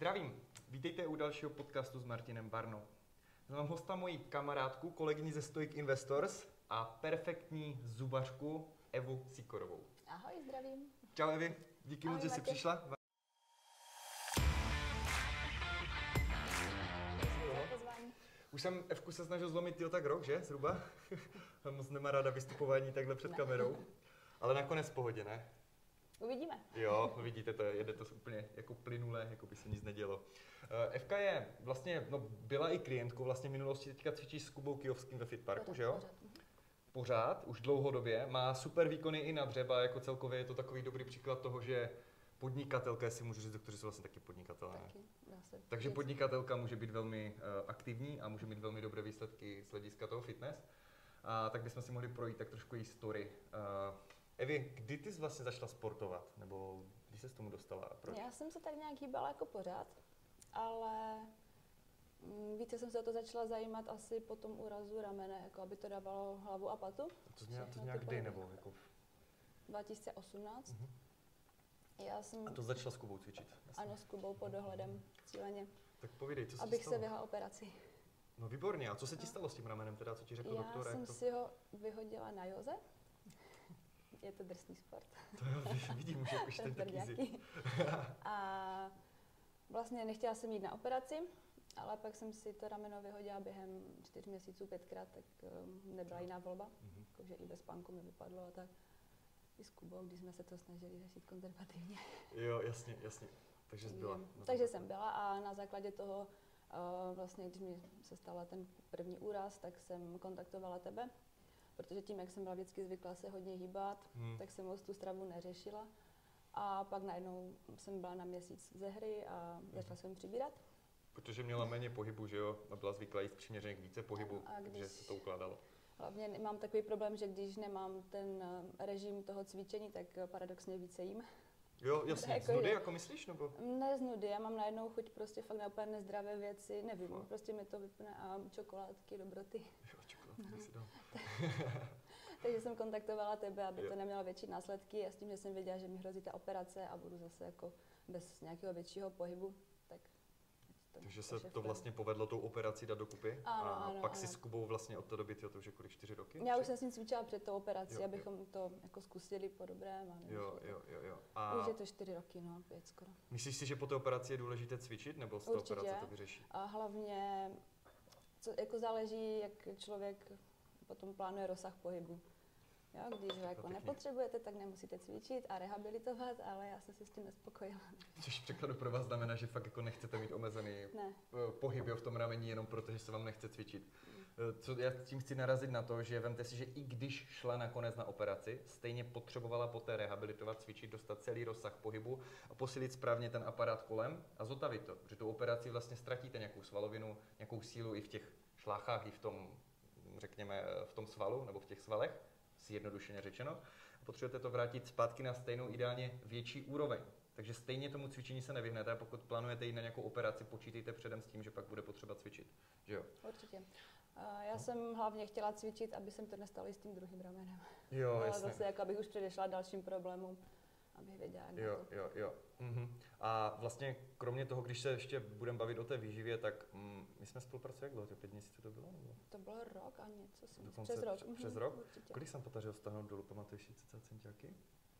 Zdravím, vítejte u dalšího podcastu s Martinem Barnou. Mám hosta moji kamarádku, kolegyni ze Stoic Investors a perfektní zubařku Evu Sikorovou. Ahoj, zdravím. Čau Evi, díky moc, že jsi přišla. Už jsem Evku se snažil zlomit tak rok, že? Zhruba. Moc nemá ráda vystupování takhle před kamerou. Ale nakonec v pohodě, ne? Uvidíme. Jo, vidíte to, jede to úplně jako plynule, jako by se nic nedělo. Evka je vlastně, byla i klientkou vlastně v minulosti, teďka cvičí s Kubou Kyjovským ve Fitparku, že jo? Pořád, už dlouhodobě, má super výkony i na dřeba, jako celkově je to takový dobrý příklad toho, že podnikatelka, jestli můžu říct, doktoři jsou vlastně taky podnikatelé. Takže podnikatelka může být velmi aktivní a může mít velmi dobré výsledky z hlediska toho fitness. A tak bychom si mohli projít tak trošku její story. Evi, kdy ty jsi vlastně začala sportovat? Nebo kdy jsi s tomu dostala? Proč? Já jsem se tak nějak hýbala jako pořád, ale více jsem se o to začala zajímat asi po tom úrazu ramene, jako aby to dávalo hlavu a patu. To nějak kdy nebo? Jako... 2018. Já jsem... A to začala s Kubou cvičit? Jasně. Ano, s Kubou pod dohledem cíleně. Tak povídej, co se abych stalo? se vyhla operaci. No výborně, a co se ti stalo s tím ramenem teda, co ti řekl doktor? Já jsem si ho vyhodila na józe. Je to drsný sport. To jo, vidím, že už ten taky. A vlastně nechtěla jsem jít na operaci, ale pak jsem si to rameno vyhodila během 4 měsíců 5krát, tak nebyla jiná volba. Jakože i bez spánku mi vypadlo a tak. I s Kubou, když jsme se to snažili řešit konzervativně. Jo, jasně. Takže jsi byla. Takže jsem byla a na základě toho, vlastně, když mi se stala ten první úraz, tak jsem kontaktovala tebe. Protože tím, jak jsem byla vždycky zvyklá se hodně hýbat, tak jsem moc tu stravu neřešila. A pak najednou jsem byla na měsíc ze hry a začala jsem přibírat. Protože měla méně pohybu, že jo? A byla zvyklá jíst přiměřeně k více pohybu, takže se to ukládalo. Hlavně mám takový problém, že když nemám ten režim toho cvičení, tak paradoxně více jím. Jo, jasně. Z nudy, jako myslíš, nebo? Ne z nudy, já mám najednou chuť prostě fakt na úplně nezdravé věci, nevím, prostě mi to vypne a čokoládky, dobroty. Jo, čokoládky si dám. Takže jsem kontaktovala tebe, aby to nemělo větší následky a s tím, že jsem věděla, že mi hrozí ta operace a budu zase jako bez nějakého většího pohybu, tak... Takže se to vlastně povedlo tou operací dát dokupy ano, pak si s Kubou vlastně od té doby, to už je kolik, 4 roky? Já už jsem s ním cvičila před tou operací, abychom to jako zkusili po dobrém. Jo. A už je to 4 roky, 5 skoro. Myslíš si, že po té operaci je důležité cvičit, nebo z té operace to vyřeší? A hlavně jako záleží, jak člověk potom plánuje rozsah pohybu. Jo, když ho jako nepotřebujete, tak nemusíte cvičit a rehabilitovat, ale já jsem si s tím nespokojila. Což v překladu pro vás znamená, že fakt jako nechcete mít omezený pohyb v tom rameni jenom proto, že se vám nechce cvičit. Co já tím chci narazit na to, že vemte si, že i když šla nakonec na operaci, stejně potřebovala poté rehabilitovat, cvičit, dostat celý rozsah pohybu a posílit správně ten aparát kolem a zotavit to. Protože tou operací vlastně ztratíte nějakou svalovinu, nějakou sílu i v těch šláchách, i v tom, řekněme, v tom svalu nebo v těch svalech. Zjednodušeně řečeno, a potřebujete to vrátit zpátky na stejnou, ideálně větší úroveň. Takže stejně tomu cvičení se nevyhnete a pokud plánujete jít na nějakou operaci, počítejte předem s tím, že pak bude potřeba cvičit. Že jo? Určitě. Já jsem hlavně chtěla cvičit, aby jsem to nestalo i s tím druhým ramenem. Jo, ale jasně. zase, jako abych už předešla dalším problémům, abych věděla, jak to. Jo. A vlastně kromě toho, když se ještě budeme bavit o té výživě, tak my jsme spolupracovali, jak dlouho? 5 měsíců to bylo? Nebo? To bylo rok a něco, Přes rok. Přes rok? Určitě. Kolik jsem podařil stáhnout dolů, pamatuješ si centiáky?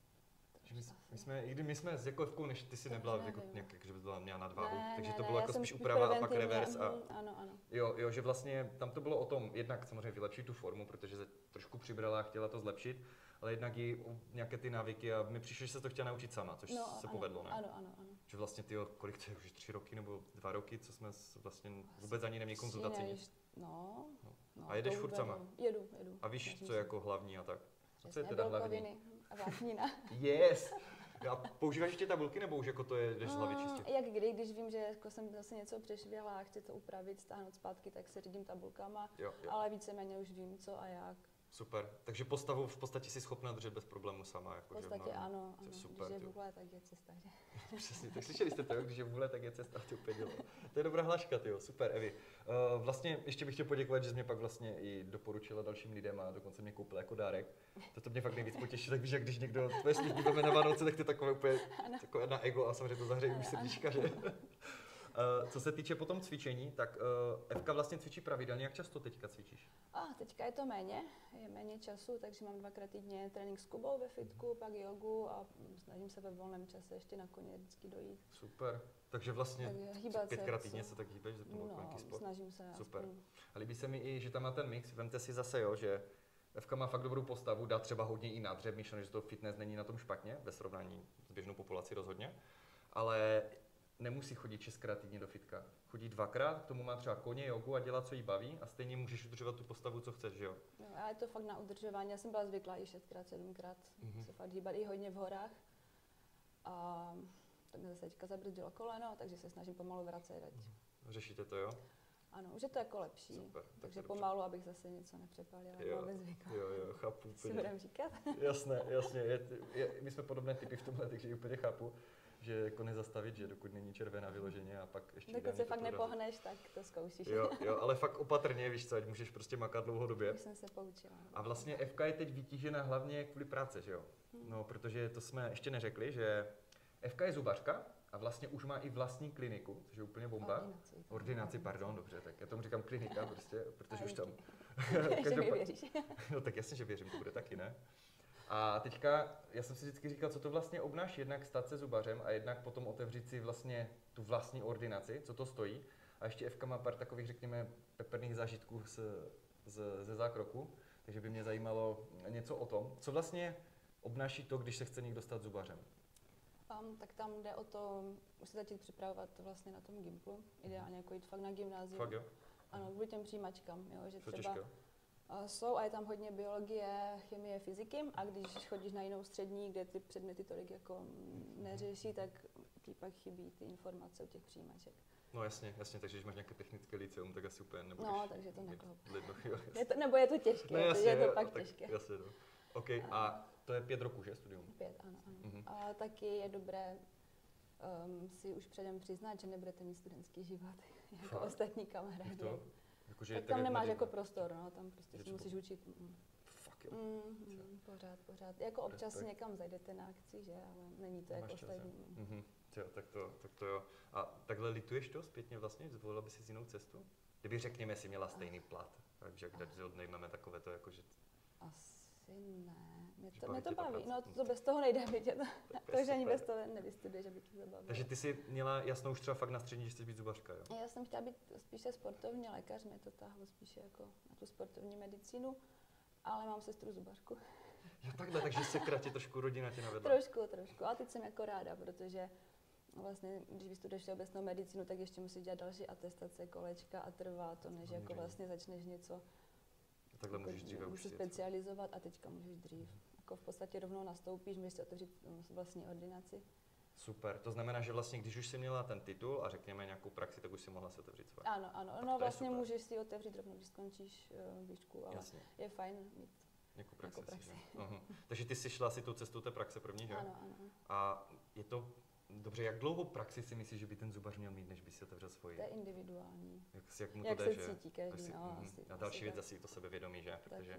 My jsme s Jakovkou, než ty si nebyla jako nějak, že byla měla nadváhu, takže to bylo jako spíš úprava a pak revers. Ano. Jo, že vlastně tam to bylo o tom, jednak samozřejmě vylepšit tu formu, protože se trošku přibrala a chtěla to zlepšit, ale jednak i nějaké ty návyky a mi přišlo, že se to chtěla naučit sama, což se povedlo, ne? Ano. Že vlastně kolik to je, už 3 roky nebo 2 roky, co jsme vlastně vůbec ani neměli konzultaci nic. No. A jedeš furt sama? Jedu. A víš, co je jako hlavní a tak? Co je teda hlavní? A vláknina. Yes! A používáš ještě tabulky, nebo už jako to je, jdeš z hlavy čistě? Jak když vím, že jako jsem zase něco přešvihla a chci to upravit, stáhnout zpátky, tak se řídím tabulkama, ale víceméně už vím, co a jak. Super, takže postavu v podstatě jsi schopná držet bez problému sama. Jako, v podstatě ano, super, když je vůle, tak je cesta. Že? Přesně, tak slyšeli jste to, když je vůle, tak je cesta, to úplně dělá. To je dobrá hláška, tyjo, super, Evi. Vlastně ještě bych chtěl poděkovat, že jsi mě pak vlastně i doporučila dalším lidem a dokonce mě koupila jako dárek. To mě fakt nejvíc potěší, tak víš, jak když někdo tvoje služby veme na Vánoce, tak ty takové úplně jako jedna ego a samozřejmě to zahřejí už srdíčka, že? Co se týče potom cvičení, tak Evka vlastně cvičí pravidelně. Jak často teďka cvičíš? Teďka je to méně času, takže mám 2krát týdně trénink s Kubou ve fitku, pak jogu a snažím se ve volném čase ještě na koně vždycky dojít. Super. Takže vlastně tak 5krát týdně se tak hýbeš? No, snažím se. Super. A líbí se mi i, že tam má ten mix. Vemte si zase, jo, že Evka má fakt dobrou postavu, dá třeba hodně i na dřep, myšleno, že to fitness není na tom špatně, ve srovnání s běžnou populací rozhodně, ale nemusí chodit 6krát týdně do fitka. Chodí 2krát, k tomu má třeba koně, jogu a dělá, co jí baví a stejně můžeš udržovat tu postavu, co chceš, že jo? A je to fakt na udržování. Já jsem byla zvyklá i 6krát, 7krát se fakt hýbat i hodně v horách. A tak mě zase teďka zabrzdilo koleno, takže se snažím pomalu vracet. Řešíte to, jo? Ano, už je to jako lepší. Super, takže pomalu, abych zase něco nepřepalila. Jo, chápu. Si budeme říkat? Jasně. My jsme podobné typy v tomhle, takže úplně chápu, že jako nezastavit, že dokud není červená vyloženě a pak ještě... Dokud se fakt nepohneš, tak to zkoušíš. Jo, ale fakt opatrně, víš co, ať můžeš prostě makat dlouhodobě. Už jsem se poučila. A vlastně Evka je teď vytížená hlavně kvůli práci, že jo? No, protože to jsme ještě neřekli, že Evka je zubařka a vlastně už má i vlastní kliniku, což je úplně bomba. Ordinaci, pardon, dobře, tak já tomu říkám klinika prostě, protože už tam... Že mi věříš. No tak jasně, že věřím, to bude taky, ne? A teďka, já jsem si vždycky říkal, co to vlastně obnáší, jednak stát se zubařem a jednak potom otevřít si vlastně tu vlastní ordinaci, co to stojí. A ještě Evka má pár takových, řekněme, peprných zážitků ze zákroku, takže by mě zajímalo něco o tom, co vlastně obnáší to, když se chce někdo stát zubařem. Tak tam jde o to, už se začít připravovat vlastně na tom gymplu, ideálně jako jít fakt na gymnázium. Fakt jo? Ano, kvůli těm přijímačkám, jo, že třeba jsou a je tam hodně biologie, chemie, fyziky a když chodíš na jinou střední, kde ty předměty tolik jako neřeší, tak ti pak chybí ty informace o těch přijímaček. No jasně, takže když máš nějaké technické lyceum, tak asi úplně nebudeš... No, takže to nekoho. Nebo je to těžké, je to pak těžké. Jasně, no. OK, a to je 5 roků, že, studium? 5, ano. A taky je dobré si už předem přiznat, že nebudete mít studentský život jako ostatní kamarádi. Tak tam nemáš jako prostor, no, tam prostě si musíš učit. Fakt jo. Pořád. Jako občas si někam zajdete na akci, že, ale není to jako ostatní. Jo, tak to jo. A takhle lituješ to zpětně vlastně? Zvolila by si jinou cestu? Kdyby řekněme si měla stejný plat, takže když odnejmeme takové to jako, že... Asi ne. Mě to baví. No to bez toho nejde, vidět. To, že ani bez toho nevystuduješ, aby to zabavilo. Takže ty jsi měla jasnou už třeba fakt na střední, že chceš být zubařka, jo? Já jsem chtěla být spíše sportovní lékař, mě to táhlo spíše jako na tu sportovní medicínu, ale mám sestru zubařku. Jo takhle, takže se krátě trošku rodina tě navedla. Trošku. A teď jsem jako ráda, protože vlastně, když vystuduješ všeobecnou medicínu, tak ještě musíš dělat další atestace, kolečka a trvá to, než jako vlastně začneš něco. Takhle můžeš dříve už specializovat a teďka můžeš dřív. Jako v podstatě rovnou nastoupíš, můžeš si otevřít vlastní ordinaci. Super, to znamená, že vlastně když už jsi měla ten titul a řekněme nějakou praxi, tak už si mohla se otevřít svá. Ano, no vlastně můžeš si otevřít rovnou, když skončíš výšku, ale je fajn mít nějakou praxi. Takže ty jsi šla si tu cestu té praxe první, že? Ano. A je to dobře, jak dlouhou praxi si myslíš, že by ten zubař měl mít, než by si otevřel svoji? To je individuální. Jak mu to jak jde, se že? cítí každý, asi. A další věc asi to sebevědomí, že? Protože...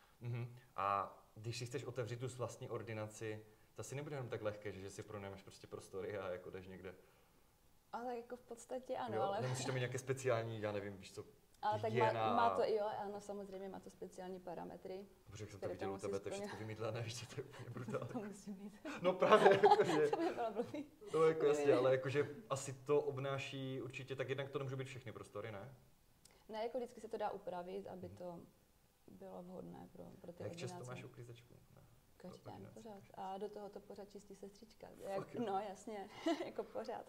A když si chceš otevřít tu vlastní ordinaci, to asi nebude jenom tak lehké, že si pronajmeš prostě prostory a jako jdeš někde. Ale jako v podstatě ano, jo? ale... Nemusíš to mít nějaké speciální, já nevím, víš co, ale tak má to, jo, ano, samozřejmě má to speciální parametry. Dobře, jak jsem to viděl u tebe, to je všechno vymydlené, víš co, to je úplně brutální. To musí být. No právě, jakože... To by bylo blbý. No jako jasně, ale jakože asi to obnáší určitě, tak jednak to nemůže být všechny prostory, ne? Ne, jako vždycky se to dá upravit, aby to bylo vhodné pro ty ordinace. Jak často máš uklízečku? Každý den, pořád. A do toho to pořád čistí sestřička. No jasně, jako pořád.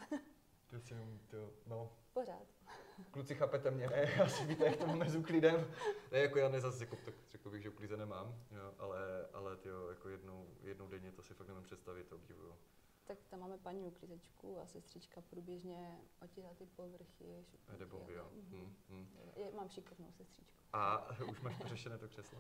Pořád. Kluci, chápete mě, ne? Asi víte, jak to máme s uklidem. Ne, jako já zase jako, tak řekl bych, že uklíze nemám, jo, ale tyjo, jako jednou denně to si fakt nemůžu představit, to obdivuju. Tak tam máme paní uklízečku a sestřička průběžně otírá ty povrchy. Debový, jo. Mám šikovnou sestřičku. A už máš pořešené to křeslo?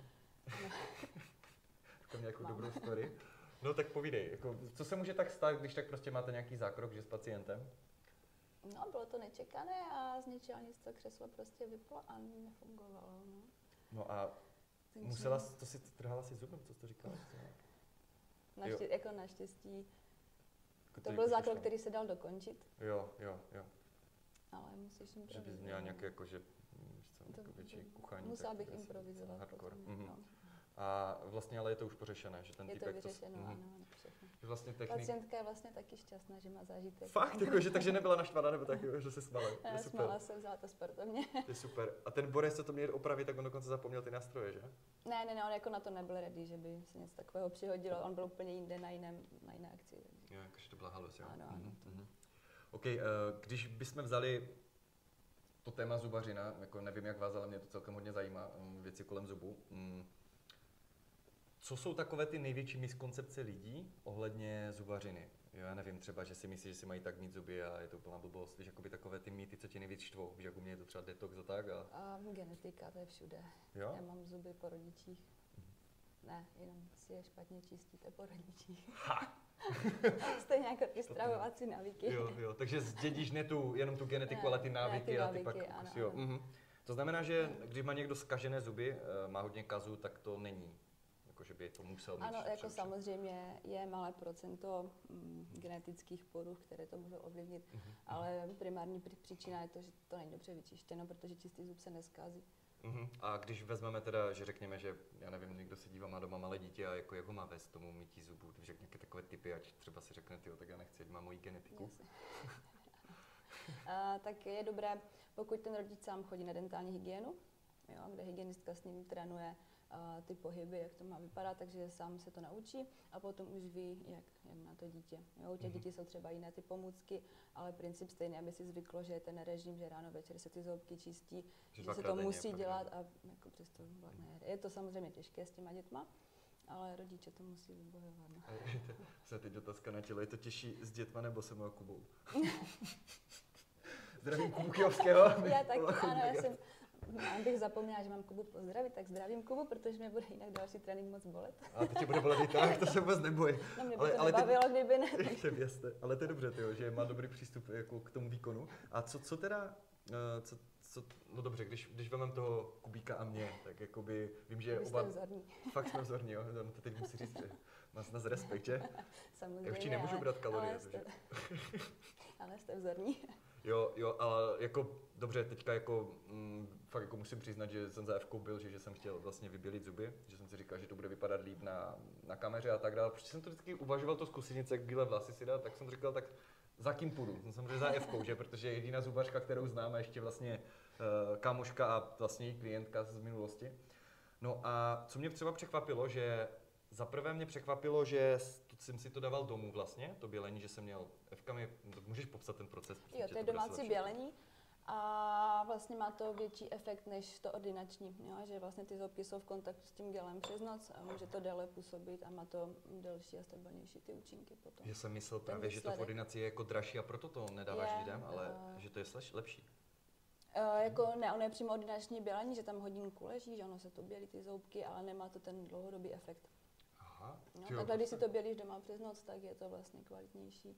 Jako nějakou dobrou story. No tak povídej, jako, co se může tak stát, když tak prostě máte nějaký zákrok, že s pacientem? No, bylo to nečekané a z ničeho nic to křeslo prostě vyplo a nefungovalo. No a musela, to si trhala si zubem, co jsi to říkala? Jako naštěstí. To byl zákrok, který se dal dokončit. Jo. ale musíš improvizovat. Že bys měla nějaké jako, že víš co, jako větší kuchaň. Musela bych improvizovat. Hardcore. No. A vlastně ale je to už pořešené, že ten je týpek to vyřešeno, ano, všechno. Vlastně Pacientka je vlastně taky šťastná, že má zážitek. Fakt, jako, že takže nebyla naštvaná, nebo tak, že se smála. Smála se, vzala to sportovně. To je super. A ten Boris, co to měl opravit, tak on dokonce zapomněl ty nástroje, že? Ne, on jako na to nebyl ready, že by se něco takového přihodilo. On byl úplně jinde na jiné akci. Jo, jakože to byla halus, jo. Ano. OK, když bychom vzali to téma zubařina, jako nevím jak vás, ale mě to celkem hodně zajímá, věci kolem zubu. Co jsou takové ty největší miskoncepce lidí ohledně zubařiny? Jo, já nevím, třeba, že si myslí, že si mají tak mít zuby a je to úplná blbost. Víš, jakoby takové ty mýty, co tě nejvíc štvou. Víš, jak u mě je to třeba detox a tak. A genetika, to je všude. Jo? Já mám zuby po rodičích. Ne, jenom si je špatně čistíte po rodičích. Ha! Stejně jako ty stravovací návyky. Jo, takže zdědíš jenom tu genetiku, Ne, ale ty návyky ne, a ty pak... ano. Jo. To znamená, že když má někdo zkažené zuby, má hodně kazu, tak to není. Jako, že by to musel mít. Ano, jako samozřejmě je malé procento genetických poruch, které to můžou ovlivnit, ale primární příčina je to, že to není dobře vyčištěno, protože čistý zub se neskazí. A když vezmeme teda, že řekněme, že já nevím, někdo se dívá, má doma malé dítě a jako jak ho má vést tomu mytí zubů, takže nějaké takové typy, ať třeba si řekne, tyjo, tak já nechci, ať má moji genetiku. Tak je dobré, pokud ten rodič sám chodí na dentální hygienu, jo, kde hygienistka s ním trénuje ty pohyby, jak to má vypadat, takže sám se to naučí a potom už ví, jak má to dítě. Jo, u těch dětí jsou třeba jiné ty pomůcky, ale princip stejný, aby si zvyklo, že je ten režim, že ráno večer se ty zoubky čistí, že se to musí dělat a jako přesto je to samozřejmě těžké s těma dětma, ale rodiče to musí vybojovat. No. Se teď otázka na tělo, je to těžší s dětma nebo se mojou Kubou? Zdravím Kubu Kyjovského. Já taky, ano, bych zapomněla, že mám Kubu pozdravit, tak zdravím Kubu, protože mě bude jinak další trénink moc bolet. A teď tě bude bolet i tak, to se vůbec neboj. No mě by to nebavilo, kdyby ne. Vězte, ale to je dobře, tyjo, že má dobrý přístup jako k tomu výkonu. A co teda, no dobře, když vezmeme toho Kubíka a mě, tak jakoby vím, že oba... Vzorní. Fakt jsme vzorní, jo, no, to teď musí říct, že máš nás respekt, že? Samozřejmě, já už ti nemůžu brát kalorie. Ale jste vzorní. Jo, ale jako dobře, teďka jako fakt jako musím přiznat, že jsem za Fkou byl, že jsem chtěl vlastně vybělit zuby, že jsem si říkal, že to bude vypadat líp na kameře a tak dále. Protože jsem to vždycky uvažoval to zkusit něco, jak bílé vlasy si dát, tak jsem říkal, tak za kým půjdu? Jsem samozřejmě za Fkou, že? Protože je jediná zubařka, kterou znám a ještě vlastně kámoška a vlastně její klientka z minulosti. No a co mě třeba překvapilo, že za prvé mě překvapilo, že jsem si to dával domů vlastně, to bělení, že jsem měl Fkami, můžeš popsat ten proces? Jo, to je domácí bělení a vlastně má to větší efekt než to ordinační, jo? Že vlastně ty zoubky jsou v kontaktu s tím gelem přes noc a může to déle působit a má to delší a stabilnější ty účinky potom. Já jsem myslel právě, že to v ordinaci je jako dražší a proto to nedáváš lidem, ale že to je lepší. Jako ne, ono je přímo ordinační bělení, že tam hodinku leží, že ono se to bělí ty zoubky, ale nemá to ten dlouhodobý efekt. No, takhle, když si to bělíš doma přes noc, tak je to vlastně kvalitnější.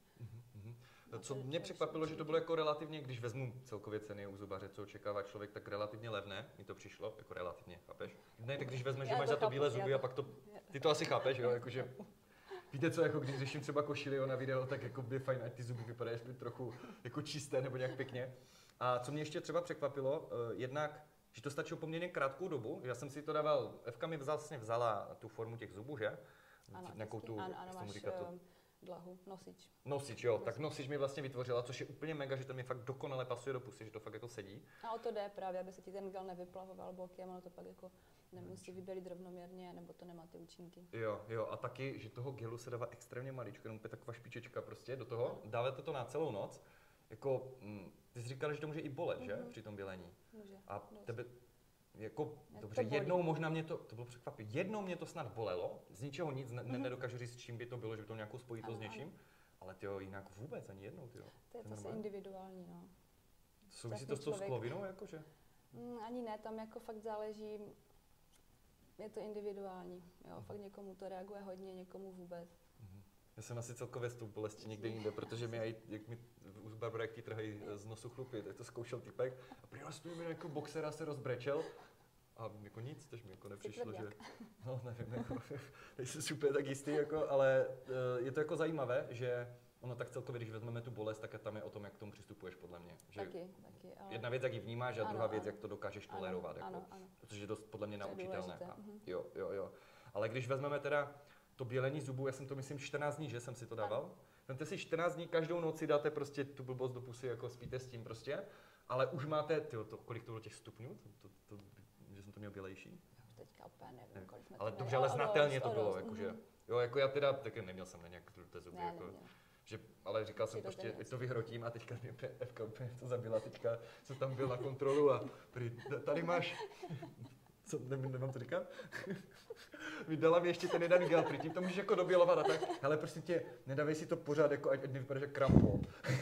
Co mě překvapilo, že to bylo jako relativně, když vezmu celkově ceny u zubaře, co očekává člověk, tak relativně levné, mi to přišlo, jako relativně, chápeš? Ne, tak když vezmeš, že máš za to bílé zuby a pak to, ty to asi chápeš, jo, jakože, víte co, jako když řeším třeba košili na video, tak jako by fajn, ať ty zuby vypadají trochu jako čisté nebo nějak pěkně. A co mě ještě třeba překvapilo, jednak, že to stačilo poměrně krátkou dobu, já jsem si to dával, Fka mi vlastně vzala tu formu těch zubů, že? Ano, máš dlahu, nosič. Nosič, jo, tak nosič mi vlastně vytvořila, což je úplně mega, že to mi fakt dokonale pasuje do pusy, že to fakt jako sedí. A o to jde právě, aby se ti ten gel nevyplavoval bokem, ono to pak jako nemusí vybělit rovnoměrně, nebo to nemá ty účinky. Jo, a taky, že toho gelu se dává extrémně maličko, jenom taková špičečka prostě do toho, dáváte to na celou noc, jako, ty jsi říkala, že to může i bolet, že, při tom bělení. Může. A tebe, jako, dobře, jednou možná mě to bylo překvapivé, jednou mě to snad bolelo, z ničeho nic, nedokážu říct, s čím by to bylo, že by to nějakou spojitost s něčím, ale tyjo, jinak vůbec ani jednou, tyjo. To je zase individuální, no. Souvisí to s tou sklovinou, jakože? Ani ne, tam jako fakt záleží, je to individuální, jo, fakt někomu to reaguje hodně, někomu vůbec. Já jsem asi celkově s tou bolestí někde jinde, protože mi, jak mi u Barbara, jak trhají z nosu chlupy, tak to zkoušel týpek a přihlastil mi jako boxera, se rozbrečel a jako nic, tež mi jako nepřišlo, že... No nevím, jako, nejsem super tak jistý, jako, ale je to jako zajímavé, že Ono tak celkově, když vezmeme tu bolest, tak tam je o tom, jak k tomu přistupuješ, podle mě. Že taky, ale... Jedna věc, jak ji vnímáš, a druhá věc, ano. jak to dokážeš tolerovat. Ano. Protože je dost podle mě naučitelné. Jo. Jo. Ale když vezmeme teda to bělení zubů, já jsem to myslím 14 dní, že jsem si to dával. Vemte si 14 dní, každou noc si dáte prostě tu blbost do pusy, jako spíte s tím prostě. Ale už máte, kolik to bylo těch stupňů? Že jsem to měl bělejší? Teďka úplně nevím, kolik jsme ale to dobře, ale znatelně to bylo, jakože. Jo, jako já teda, taky neměl jsem na nějak žluté zuby, jako, že, ale říkal jsem prostě, to vyhrotím a teďka mě Evka úplně to zabila, teďka jsem tam byl na kontrolu a tady máš, co, nemám to říkat? Vydala mi ještě ten jeden gel, tím to můžeš jako dobělovat a tak, ale prostě tě, nedávej si to pořád, jako ať nevypadáš jak Krampol.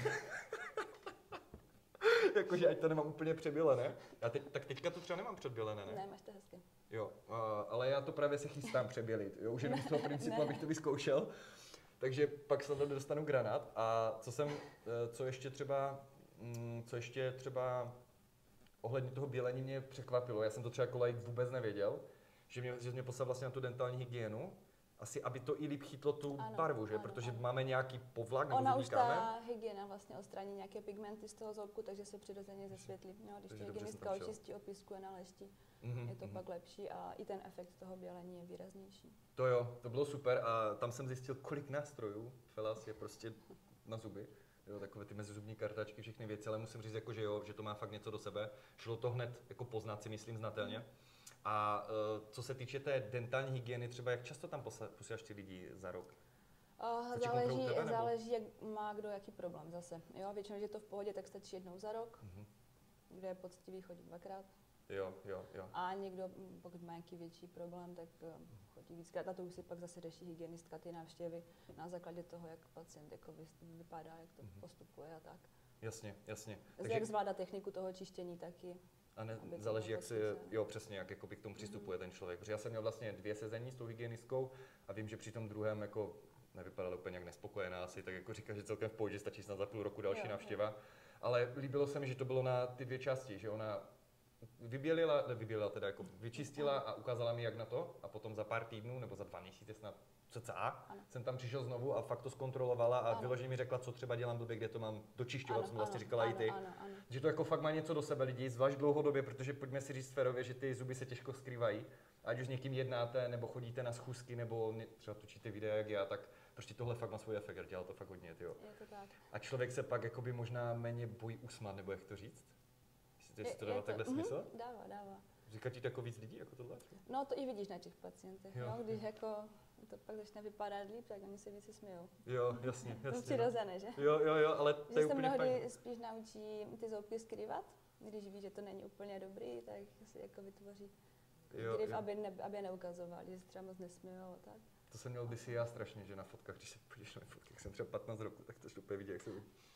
Jakože ať to nemám úplně přebělené. Tak teďka to třeba nemám předbělené, ne? Ne, máš to hezky. Jo, ale já to právě se chystám přebělit, jo, už jenom z toho principu, abych to vyzkoušel. Takže pak se dostanu granát. A co ještě třeba ohledně toho bělení mě překvapilo, já jsem to třeba jako laik vůbec nevěděl, že mě poslal vlastně na tu dentální hygienu, asi aby to i líp chytlo tu barvu, že? Protože máme nějaký povlak nebo ona už ta hygiena vlastně odstraní nějaké pigmenty z toho zobku, takže se přirozeně zesvětlí. No, když to hygienistka očistí, opiskuje na lešti, je to pak lepší a i ten efekt toho bělení je výraznější. To jo, to bylo super a tam jsem zjistil, kolik nástrojů Felas je prostě na zuby. Jo, takové ty mezizubní kartačky, všechny věci, ale musím říct, jako, že jo, že to má fakt něco do sebe. Šlo to hned jako poznat, si myslím, znatelně. A co se týče té dentální hygieny, třeba jak často tam posíláš ty lidi za rok? Záleží, jak má kdo jaký problém zase. Jo, většinou, že je to v pohodě, tak stačí jednou za rok. Kdo je poctivý, chodí dvakrát. Jo. A někdo, pokud má nějaký větší problém, tak chodí víckrát. A to už si pak zase řeší hygienistka ty návštěvy na základě toho, jak pacient jako vypadá, jak to postupuje a tak. Jasně. Takže jak zvládá techniku toho čištění taky. A záleží, jak se, jo, přesně, jak k tomu přistupuje ten člověk. Protože já jsem měl vlastně 2 sezení s tou hygienistkou a vím, že při tom druhém jako nevypadala úplně jak nespokojená asi, tak jako říká, že celkem v pohodě, stačí snad za půl roku další návštěva. Ale líbilo se mi, že to bylo na ty 2 části, že ona vyčistila a ukázala mi, jak na to, a potom za pár týdnů nebo za 2 měsíce snad cca jsem tam přišel znovu a fakt to zkontrolovala a vyloženě mi řekla, co třeba dělám blbě, kde to mám dočišťovat, co mi vlastně říkala i ty. Že to jako fakt má něco do sebe lidi, zvlášť dlouhodobě, protože pojďme si říct férově, že ty zuby se těžko skrývají. Ať už s někým jednáte, nebo chodíte na schůzky, nebo třeba točíte videa jak já, tak prostě tohle fakt má svůj efekt, dělal to fakt hodně, tyjo. Je to tak. A člověk se pak jakoby možná méně bojí usmát, nebo jak to říct? Jestli to dává takhle smysl? Dává. Říká ti to jako víc lidí, jako tohle? No to i vidíš na těch pacientech, jo? Když jako to pak začne vypadat líp, tak oni se více smějou. Jo, jasně. To je přirozené, že? Jo, ale to je úplně mnohdy fajn. spíš naučí ty zoubky skrývat, když ví, že to není úplně dobrý, tak si jako vytvoří kryv, aby je neukazovali, že se třeba moc nesmějou, tak. To jsem měl kdysi já strašně, že na fotkách, když se podíváš na fotky, jak jsem třeba 15 roku, tak to úplně vidět, jak se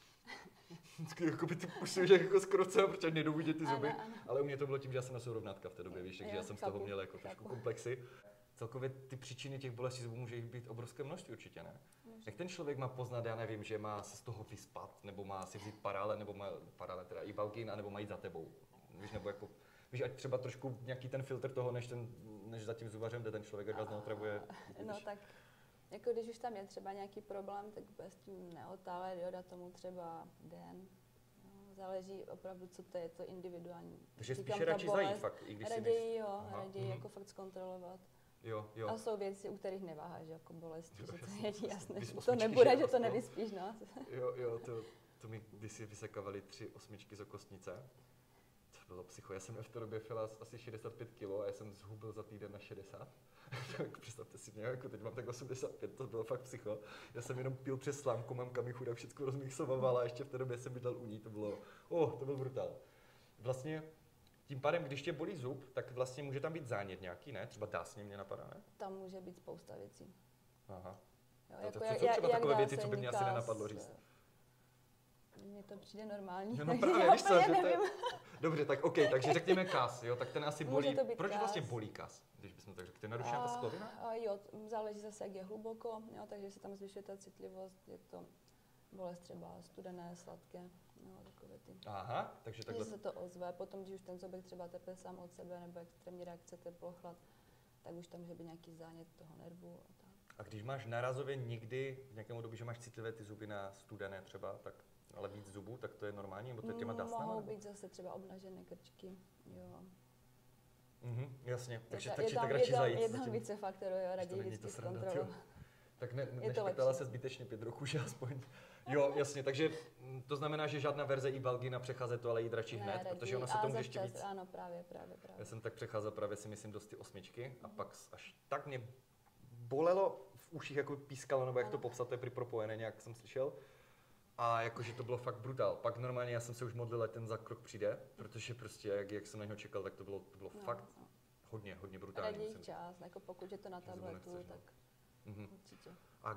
vždycky jako by ty pusy, že jako skoro celé, protože nejdu vidět ty zuby, ale u mě to bylo tím, že já jsem nosil rovnátka v té době, víš, takže já jsem z toho měl jako trošku komplexy. Celkově ty příčiny těch bolestí zubů může jich být obrovské množství určitě, ne? Jak ten člověk má poznat, já nevím, že má se z toho vyspat, nebo má si vzít parále, nebo má parále teda i Valgin, anebo má jít za tebou, víš, nebo jako, víš, ať třeba trošku nějaký ten filtr toho, než za tím zubařem jde ten člověk, ať vás neotravuje. No tak, jako když už tam je třeba nějaký problém, tak bez tím neotálet, jo, dát tomu třeba den. No, záleží opravdu, co to je, to individuální. Takže spíše radši zajít fakt, i když raději jako fakt zkontrolovat. Jo. A jsou věci, u kterých neváháš, jako bolesti, že to je jasné, že to nebude, že to nevyspíš, no. Jo, to mi kdysi vysekávali 3 osmičky z okostnice. To bylo psycho, já jsem měl v té době Felas asi 65 kg a já jsem zhubil za týden na 60. Představte si mě, jako teď mám tak 85, to bylo fakt psycho. Já jsem jenom pil přes slámku, mamka mi chudák všechno rozmixovala a ještě v té době jsem bydlel u ní, to byl brutál. Vlastně tím pádem, když tě bolí zub, tak vlastně může tam být zánět nějaký, ne? Třeba dásně mě napadá, ne? Tam může být spousta věcí. Aha. Jo, jako co třeba takové věci, co by mě asi nenapadlo říct? Mně to přijde normální. No právě, víš co, že to je... Dobře, tak OK, takže řekněme kas, jo, tak ten asi bolí. Proč kas? Vlastně bolí kas, když bychom tak řekli? To je narušená ta sklovina? Jo, záleží zase, jak je hluboko, jo, takže se tam zvyšuje ta citlivost, je to bolest třeba studené, sladké, no, takové ty. Aha, takže takhle. Když se to ozve, potom, když už ten zobek třeba tepe sám od sebe, nebo extrémní reakce teplo, chlad, tak už tam může být nějaký zánět toho nervu a tak. A když máš nárazově někdy v nějakém období, že máš citlivé ty zuby na studené třeba, tak ale víc zubů, tak to je normální, nebo to je těma dásnama? Mohou být zase třeba obnažené krčky, jo. Jasně, takže je tak radši zajít. Je tam více faktorů, jo, raději vždycky zkontrolovat. Tak neškrtala se zbytečně 5 roků, že aspoň. Jo, jasně, takže to znamená, že žádná verze i Balgina přecházet to, ale jít radši hned, protože ono se tomu ještě víc... Ano, právě. Já jsem tak přecházel právě si myslím dost ty 8 a pak až tak mě bolelo v uších, jako pískalo, nebo jak to popsat, to je propojené, nějak jsem slyšel. A jakože to bylo fakt brutál. Pak normálně já jsem se už modlil, ať ten zákrok přijde, protože prostě jak jsem na něho čekal, tak to bylo fakt hodně brutální. Raději čas, jako pokud je to na tabletu, tak určitě. A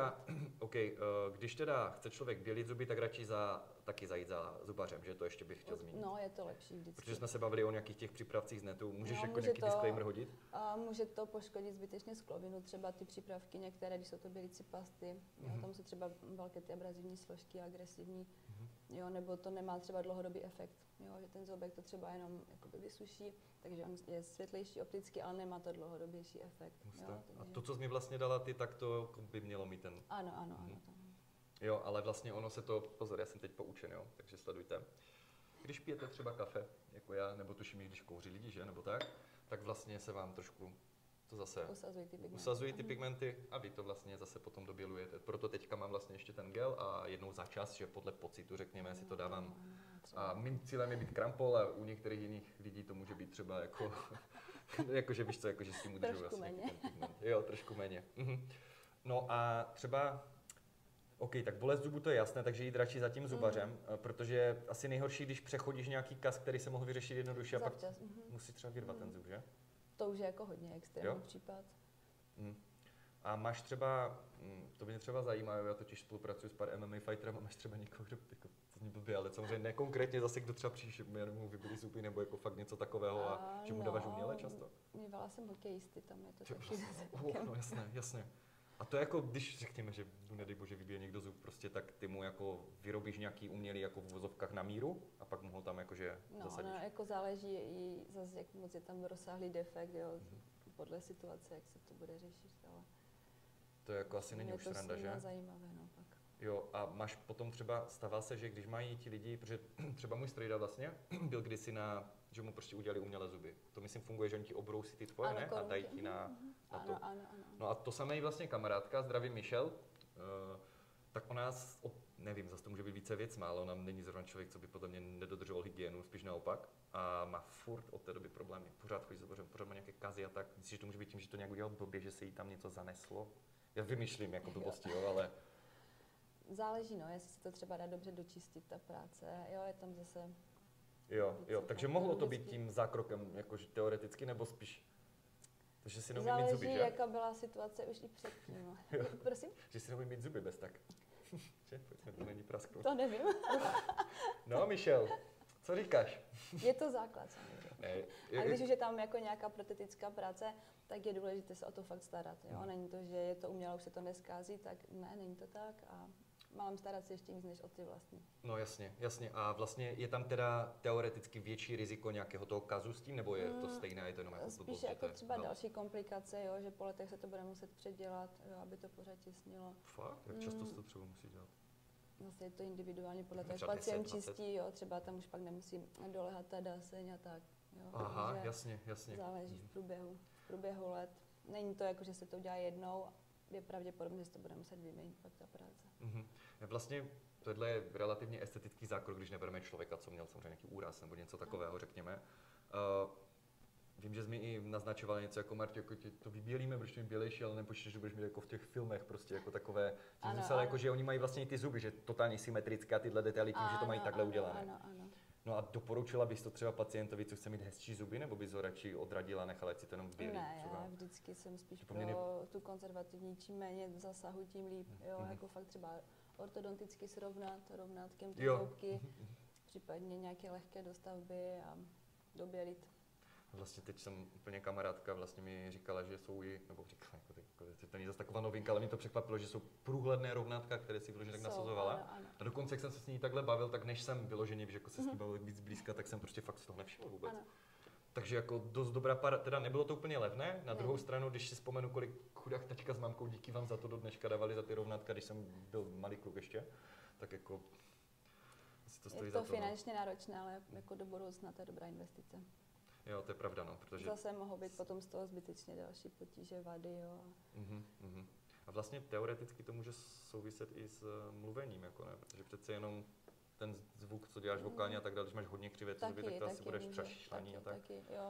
když teda chce člověk bělit zuby, tak radši taky zajít za zubařem, že to ještě bych chtěl zmínit. No, je to lepší vždycky. Protože jsme se bavili o nějakých těch přípravcích z netu. Můžeš jako nějaký disclaimer hodit? Může to poškodit zbytečně sklovinu, třeba ty přípravky některé, když jsou to bělicí pasty, tam jsou třeba velké ty abrazivní složky, agresivní, jo, nebo to nemá třeba dlouhodobý efekt, jo, že ten zobek to třeba jenom jakoby vysuší, takže on je světlejší opticky, ale nemá to dlouhodobější efekt. Jo, a to, co jsi mi vlastně dala ty, tak to by mělo mít ten... Ano. Jo, ale vlastně ono se to, pozor, já jsem teď poučen, jo, takže sledujte. Když pijete třeba kafe, jako já, nebo tuším, když kouří lidi, že, nebo tak vlastně se vám trošku to zase usazují ty pigmenty a vy to vlastně zase potom dobělujete. Proto teďka mám vlastně ještě ten gel a jednou za čas, že podle pocitu, řekněme, si to dávám. A mým cílem je být krampol a u některých jiných lidí to může být třeba jako, jakože víš co, jakože s tím udržuji vlastně ten pigment. Jo, trošku méně. No a třeba tak bolest zubu to je jasné, takže jít radši za tím zubařem, protože asi nejhorší, když přechodíš nějaký kas, který se mohl vyřešit jednoduše a pak musí třeba vyrvat ten zub, že? To už je jako hodně extrémní případ. A máš třeba, to mě třeba zajímá, já totiž spolupracuji s pár MMA fighterem a máš třeba někoho, kdo jako, to zní blbě, ale samozřejmě ne konkrétně zase, kdo třeba přijde, mu vybili zuby nebo jako fakt něco takového a že mu dáváš uměle často? Mývala jsem hokejisty, tam je to taky no jasně. A to je jako, když řekněme, že nedej bože vybije někdo zub, prostě tak ty mu jako vyrobíš nějaký umělý jako v vozovkách na míru a pak mu ho tam jakože zasadíš. No, jako záleží i zase, jak moc je tam rozsáhlý defekt, jo, podle situace, jak se to bude řešit, ale... To je jako asi není už sranda, že? Je to zajímavé, no pak. Jo, a máš potom třeba, stává se, že když mají ti lidi, protože třeba můj strejda vlastně byl kdysi že mu prostě udělali umělé zuby. To myslím funguje, že oni ti obrousí ty tvoje, ne? A dají ti na to. Ano. No a to samé vlastně kamarádka, zdravím Michelle, tak ona, nevím, zase to může být více věcma, ale ona není zrovna člověk, co by podle mě nedodržoval hygienu, spíš naopak. A má furt od té doby problémy. Pořád chodí zubařem, pořád má nějaké kazy a tak. Myslíš, že to může být tím, že to nějak udělal blbě, že se jí tam něco zaneslo? Já vymýšlím jako blbosti, jo, ale... Záleží, no, jestli se to třeba dá dobře dočistit, ta práce. Jo, je tam zase... Jo, takže mohlo to být tím zákrokem, jakože teoreticky, nebo spíš... Takže si neumím mít zuby, že? Záleží, jaká byla situace už i předtím. Prosím? Že si neumím mít zuby bez tak. Že? Pojďme, to není prasknout. To nevím. No, Michelle, co říkáš? Je to základ samozřejmě. A když už je tam jako nějaká protetická práce, tak je důležité se o to fakt starat. Jo? Není to, že je to umělé, už se to neskází, tak ne, není to tak. A mám starat se ještě víc než o ty vlastní. No jasně. A vlastně je tam teda teoreticky větší riziko nějakého toho kazu s tím, nebo je to stejné, je to jenom jako spíš jako třeba další komplikace, jo, že po letech se to bude muset předělat, jo, aby to pořád těsnilo. Fakt? Jak často se to třeba musí dělat? Vlastně je to individuálně podle toho, jak pacient čistí, jo, třeba tam už pak nemusí dolehat ta dáseň a tak. Jo, aha, jasně. Záleží v průběhu let. Není to jako, že se to udělá jednou, je pravděpodobně, že se to bude muset vyměnit pak ta práce. Vlastně tohle je relativně estetický zákrok, když nebereme člověka, co měl samozřejmě nějaký úraz nebo něco takového, řekněme. Vím, že jsi mi i naznačoval něco jako Martě, jako to vybělíme, budeš mít bělejší, ale nepočítej, že budeš mít jako v těch filmech prostě jako takové. Ano. Jako, že oni mají vlastně i ty zuby, že totálně symetrické a tyhle detaily tím, že to mají takhle udělané. Ano. No a doporučila bys to třeba pacientovi, co chce mít hezčí zuby, nebo bys ho radši odradila, nechala si to jenom bělý? Ne, já vždycky jsem spíš pro tu konzervativní, čím méně zasahu, tím líp. Jo, jako fakt třeba ortodonticky srovnat, rovnátkem ty zoubky, případně nějaké lehké dostavby a dobělit. Vlastně teď jsem úplně kamarádka vlastně mi říkala, že jsou nebo říkala, to není zase taková novinka, ale mě to překvapilo, že jsou průhledné rovnátka, které si vyloženě tak nasazovala. Ano. A dokonce, jak jsem se s ní takhle bavil, tak než jsem vyloženě, že jako se s ní bavil víc blízka, tak jsem prostě fakt z toho nevšiml vůbec. Ano. Takže jako dost dobrá para, teda nebylo to úplně levné, na druhou stranu, když si vzpomenu, kolik chudák tačka s mámkou, díky vám za to do dneška dávali za ty rovnátka, když jsem byl malý kluk ještě, tak jako si to stojí je to za to. finančně náročné, ale jako do budoucna to je dobrá investice. Jo, to je pravda, no, protože... Zase mohou být potom z toho zbytečně další potíže, vady, jo. A vlastně teoreticky to může souviset i s mluvením, jako ne, protože přece jenom ten zvuk, co děláš vokálně a tak dále, když máš hodně křivé zuby, tak to asi budeš přašlaný a tak. Taky, jo.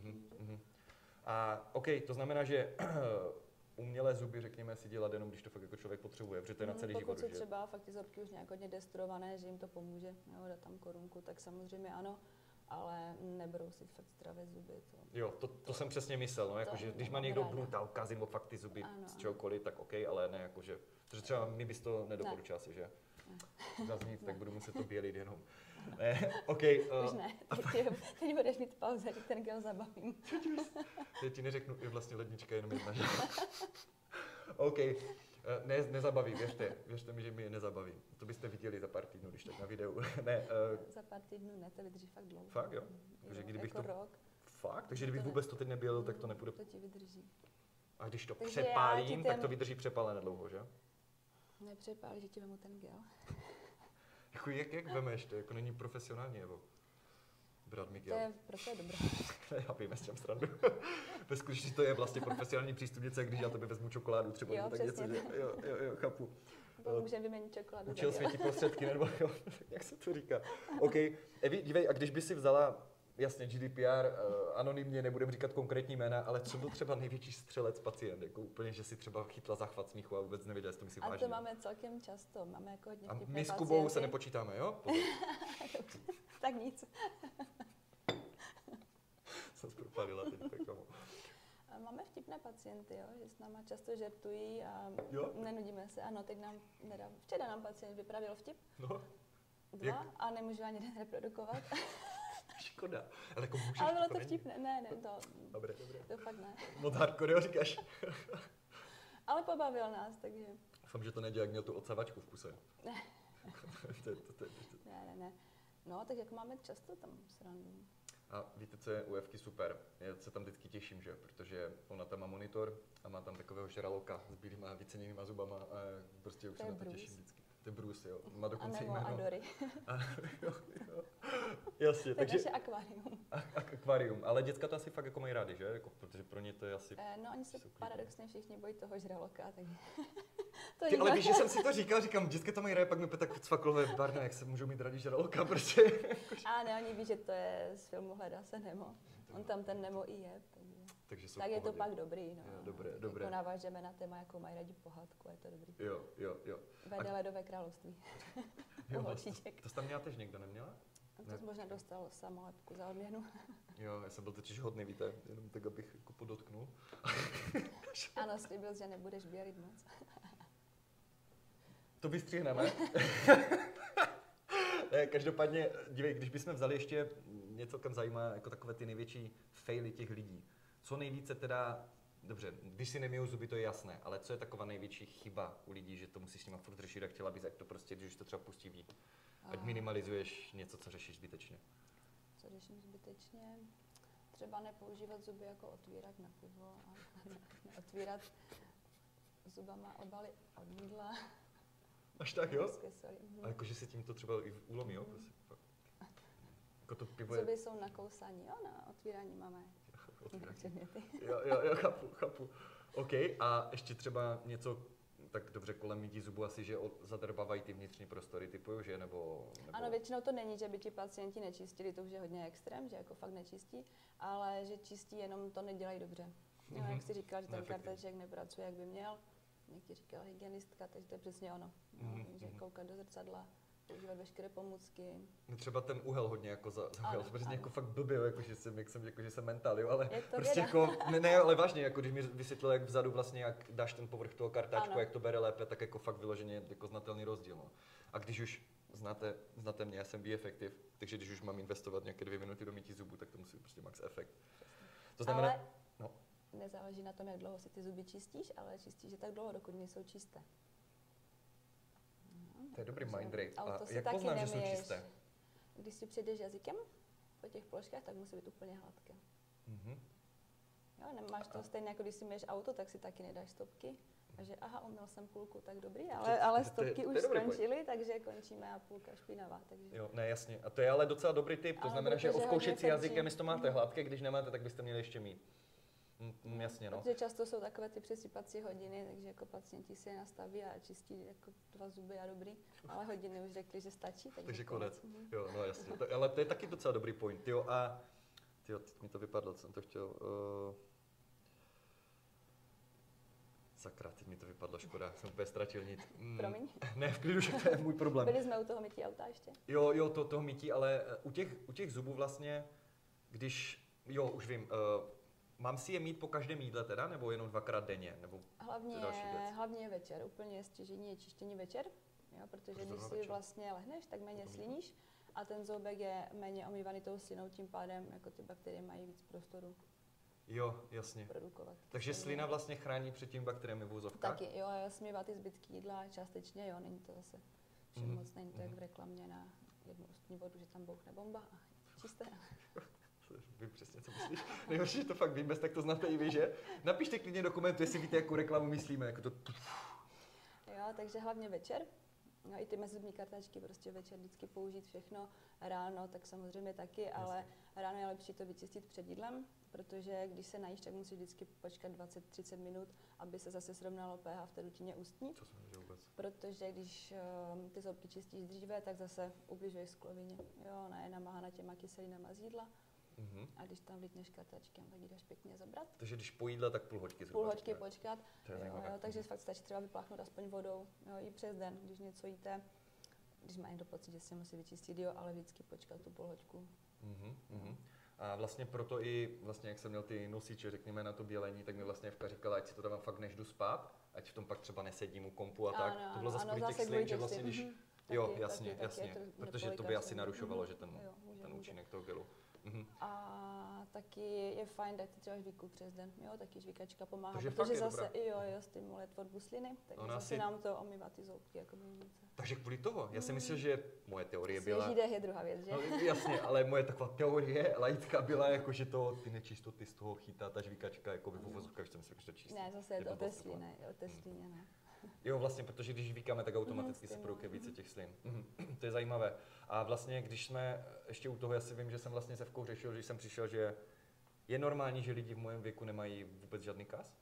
A OK, to znamená, že umělé zuby, řekněme, si dělat jenom, když to fakt jako člověk potřebuje, protože to je na celý život. Pokud jsou třeba fakt ty zobky už nějak hodně destruované, že jim to pomůže, jo, dát tam korunku, tak samozřejmě ano, ale neberou si fakt zdravé zuby. Jo, to jsem přesně myslel, no, jako, že když má někdo brutal kazí nebo fakt ty zuby z čehokoliv, tak OK, ale ne jako, že třeba mi bys to nedoporučil asi, že? Zas nic, tak budu muset to bělit jenom. Ne, OK. Už ne, teď budeš mít pauze, teď ten gel zabavím. Já ti neřeknu, je vlastně lednička jenom jedna. OK, nezabaví, věřte mi, že mi je nezabaví. To byste viděli za pár týdnů, když tak na videu. Ne, za pár týdnů ne, to vydrží fakt dlouho. Fakt jo? Takže kdybych jako to... rok. Fakt? Takže kdybych vůbec to teď nebyl, tak to nepůjde. To ti vydrží. A když to Takže přepálím, tak to vydrží přepálené dlouho, že? Nepřepálí, že ti vemu ten gel. Jako jak vemeš to? Jako není profesionální, nebo? Brát mi gel. To je prostě dobré. Já vím, s čem srandu. Ve skutečnosti to je vlastně profesionální přístup, něco, jak když já tobě vezmu čokoládu třeba, jo, tak něco, že jo, chápu. Můžeme vyměnit čokoládu. Učil světí prostředky, nebo jo, jak se to říká. OK, Evi, dívej, a když by si vzala, jasně GDPR, anonymně, nebudem říkat konkrétní jména, ale co byl třeba největší střelec pacient, jako úplně, že si třeba chytla záchvat smíchu a vůbec nevěděla, jestli to myslí vážně. A to máme celkem často, máme jako hodně vtipné pacienty. A my s Kubou se nepočítáme, jo? Tak nic. Jsem zpropadila teď takovou. Máme vtipné pacienty, jo, že s náma často žertují a nenudíme se. Ano, včera nám pacient vyprávěl vtip. No. Dva a nemůžu ani jeden reprodukovat. Škoda. Ale jako můžeš, ale bylo to vtipné. Ne, to... Dobré. To fakt ne. Moc hardcore, říkáš. Ale pobavil nás, takže... Doufám, že to nedělá, jak měl tu odsavačku v puse. Ne. Ne. No, tak jako máme často tam srandu. A víte, co je u Evky super? Já se tam vždycky těším, že? Protože ona tam má monitor a má tam takového žraloka s bílýma vyceněnýma zubama a prostě už se na to těším vždycky. To je Bruce, jo. Má dokonce jméno. A Dory. Jo. Jasně, takže... To je akvárium. Akvárium, ale děcka to asi fakt jako mají rádi, že? Jako, protože pro ně to je asi... No, oni se paradoxně všichni bojí toho žraloka, takže... Ty, ale víš, že jsem si to říkám, děcka to mají rádi, pak mi tak cvaklové barno, jak se můžou mít rádi žraloka, prostě. A ne, oni ví, že to je z filmu Hledá se Nemo. On tam ten Nemo i je, takže tak je to pak dobrý, no. Jo, dobré. Jako navážeme na téma, jakou mají rádi pohádku, je to dobrý. Jo. Vede Ledové království. To jsi tam měla tež někdo, neměla? To jsi možná dostal samolepku za odměnu. Jo, já jsem byl totiž hodný, víte, jenom tak, abych jako podotknul. Ano, slíbil, že nebudeš bělit moc. To vystřihneme. Každopádně, dívej, když bychom vzali ještě, mě celkem zajímá, jako takové ty největší faily těch lidí. Co nejvíce teda, dobře, když si nemijou zuby, to je jasné, ale co je taková největší chyba u lidí, že to musíš s nima furt řešit a chtěla bys, jak to prostě, když už to třeba pustí ví. Ať minimalizuješ něco, co řešíš zbytečně. Co řeším zbytečně? Třeba nepoužívat zuby jako otvírat na pivo a otvírat zubama obaly od jídla. Až tak, jo? A jakože se tím to třeba i ulomí, jo? Jako to pivo zuby jsou na kousání, jo? Na otvírání máme. Jo, chápu. OK, a ještě třeba něco, tak dobře, kolem mytí zubu asi, že zadrbávají ty vnitřní prostory typu, že? Nebo... Ano, většinou to není, že by ti pacienti nečistili, to už je hodně extrém, že jako fakt nečistí, ale že čistí, jenom to nedělají dobře. Jo, jak jsi říkal, že ten kartaček nepracuje, jak by měl, někdy říkala hygienistka, takže to je přesně ono. Že koukat do zrcadla, používat veškeré pomůcky. Třeba ten úhel hodně jako zaujal, protože jako fakt blbě, jakože jsem mentál, jo, ale prostě věda. jako, ne, ale vážně, jako když mi vysvětlil, jak vzadu vlastně, jak dáš ten povrch toho kartáčku, jak to bere lépe, tak jako fakt vyloženě jako znatelný rozdíl, no. A když už znáte mě, já jsem B-efektiv, takže když už mám investovat nějaké 2 minuty do mytí zubů, tak to musí být prostě max efekt. To znamená, ale nezáleží na tom, jak dlouho si ty zuby čistíš, ale čistíš je tak dlouho, dokud nejsou čisté. To je dobrý mind rate. A jak poznám, že jsou čisté? Když si přijdeš jazykem po těch ploškách, tak musí být úplně hladké. Mhm. Jo, nemáš to stejně, jako když si myješ auto, tak si taky nedáš stopky. A že aha, umyl jsem půlku, tak dobrý, ale stopky už skončily, takže končíme a půlka špinavá. Takže... Jo, ne, jasně. A to je ale docela dobrý tip, to znamená, že oskoušet si jazykem, jestli to máte hladké, když nemáte, tak byste měli ještě mít. Jasně, no. Protože často jsou takové ty přesypací hodiny, takže jako pacienti si je nastaví a čistí jako 2 zuby a dobrý, ale hodiny už řekli, že stačí. Takže konec. Jo, no jasně. Ale to je taky docela dobrý point. Jo, a teď mi to vypadlo, co jsem to chtěl. Sakra, teď mi to vypadlo, škoda, jsem úplně ztratil nic. Promiň. Ne, v klidu, že to je můj problém. Byli jsme u toho mytí auta ještě? Jo, toho mytí, ale u těch zubů vlastně, když, už vím, mám si je mít po každém jídle teda, nebo jenom 2krát denně? Nebo hlavně večer, úplně stěžení je čištění večer, jo, protože když si vlastně lehneš, tak méně sliníš a ten zoubek je méně omývaný tou slinou, tím pádem jako ty bakterie mají víc prostoru. Jo, jasně. Produkovat. Takže slina vlastně chrání před tím bakteriemi v úzovkách? Taky, jo, smývá ty zbytky jídla částečně, jo, není to zase všem moc, není to jak v reklamě na jednu ústní vodu, že tam bouchne bomba a čisté. Vím přesně, co myslíš. Nejhorší, že to fakt vím, bez tak to znáte i vy, že? Napište klidně do komentu, jestli víte, jakou reklamu myslíme. Jako to... Jo, takže hlavně večer. No, i ty mezizubní kartačky prostě večer vždycky použít všechno. Ráno tak samozřejmě taky, ale ráno je lepší to vyčistit před jídlem, protože když se najíš, tak musíš vždycky počkat 20-30 minut, aby se zase srovnalo pH v té dutině ústní. Co jsem nevěděl vůbec. Protože když ty zoubky čistíš dříve, tak zase ubližuješ sklovině. Jo, ona je namáhána těma kyselinama z jídla. A když tam vlítneš kartačkem, tak ji dáš pěkně zabrat. Takže když po jídle, tak půl hoďky zhruba. Půl hoďky počkat, jo, takže fakt stačí třeba vypláchnout aspoň vodou, jo, i přes den, když něco jíte. Když má někdo pocit, že se musí vyčistit, jo, ale vždycky počkat tu půl hoďku. A vlastně proto i, vlastně jak jsem měl ty nosiče, řekněme, na to bělení, tak mi vlastně Evka říkala, ať si to dávám fakt, než jdu spát, ať v tom pak třeba nesedím u kompu a tak. To bylo zase kvůli těch slin, že vlastně když... Jo, jasně, protože to by asi narušovalo, že ten účinek toho gelu. A taky je fajn dát třeba žvíku přes den, jo, taky žvíkačka pomáhá, takže protože zase stimuluje tvorbu sliny, takže zase nám to omývá ty zoubky jako více. Takže kvůli toho, já si myslel, že moje teorie byla... Svěží dech je druhá věc, že? No, jasně, ale moje taková teorie laická byla jako, že to ty nečistoty z toho chytá ta žvíkačka, jako v uvozovkách, že jsem si to čistý. Ne, zase je to o té slině, ne. Jo, vlastně, protože když žvíkáme, tak automaticky se produkuje více těch slin. To je zajímavé. A vlastně, když jsme ještě u toho, já si vím, že jsem vlastně se Evkou řešil, že jsem přišel, že je normální, že lidi v mém věku nemají vůbec žádný kas?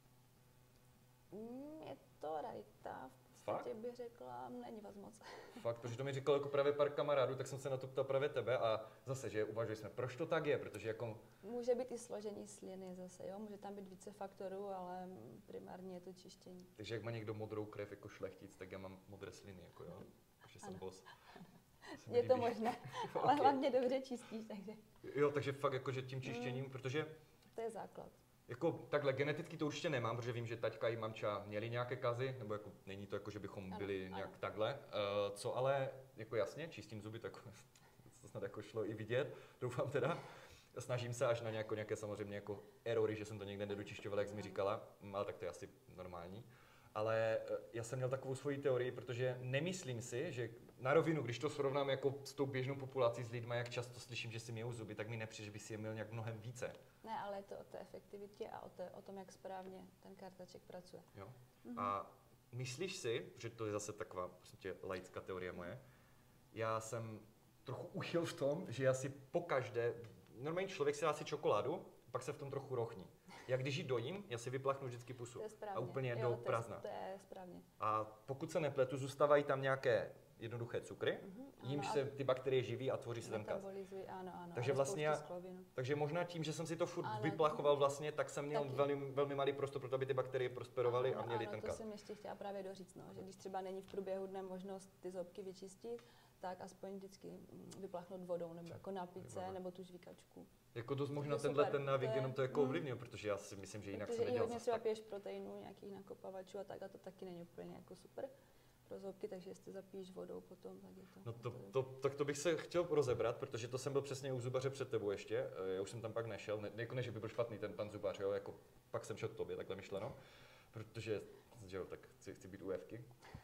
Je to rarita, v podstatě bych řekla, není vás moc. Fakt, protože to mi říkal jako právě pár kamarádů, tak jsem se na to ptal právě tebe a zase, že uvažovali jsme, proč to tak je, protože jako... Může být i složení sliny zase, jo, může tam být více faktorů, ale primárně je to čištění. Takže jak má někdo modrou krev jako šlechtic, tak já mám modré sliny, jako jo, že jsem boss. Je to možné, ale hlavně dobře čistíš, takže... Jo, takže fakt jako, že tím čištěním, protože... To je základ. Jako takhle geneticky to určitě nemám, protože vím, že taťka i mamča měli nějaké kazy, nebo jako není to jako, že bychom byli nějak takhle. Co ale, jako jasně, čistím zuby, tak to snad jako šlo i vidět, doufám teda. Snažím se až na nějaké samozřejmě jako erory, že jsem to někde nedočišťoval, jak jsi mi říkala, ale tak to je asi normální. Ale já jsem měl takovou svoji teorii, protože nemyslím si, že na rovinu, když to srovnám jako s tou běžnou populací s lidmi, jak často slyším, že si myjou zuby, tak mi nepřijde, že by si je měl nějak mnohem více. Ne, ale je to o té efektivitě a o tom, jak správně ten kartaček pracuje. Jo. A myslíš si, že to je zase taková prostě laická teorie moje, já jsem trochu uchyl v tom, že já si pokaždé, normální člověk si dá si čokoládu, pak se v tom trochu rochní. Jak když ji dojím, já si vyplachnu vždycky pusu a úplně do prázdna. To je správně. A pokud se nepletu, zůstávají tam nějaké jednoduché cukry, jímž se ty bakterie živí a tvoří se ten kas. Ano. Takže vlastně takže možná tím, že jsem si to furt vyplachoval vlastně, tak jsem měl velmi malý prostor pro to, aby ty bakterie prosperovaly a měly ten kas. To jsem ještě chtěla právě doříct, no, že když třeba není v průběhu dne možnost ty zobky vyčistit, tak aspoň vždycky vypláchnout vodou, nebo jako napít se, nebo tu žvíkačku. Jako dost možná ten návyk jenom to jako ovlivnil, protože já si myslím, že jinak jsem nedělal. Protože i hodně třeba piješ proteinů, nějakých nakopavačů a tak, a to taky není úplně jako super pro zobky, takže jestli zapiješ vodou potom, tak je to... No tak to bych se chtěl rozebrat, protože to jsem byl přesně u zubaře před tebou ještě, já už jsem tam pak nešel, jako ne, že by byl špatný ten pan zubař, jo, jako pak jsem šel k tobě, takhle myšleno, protože, že jo, tak chci být u Evky.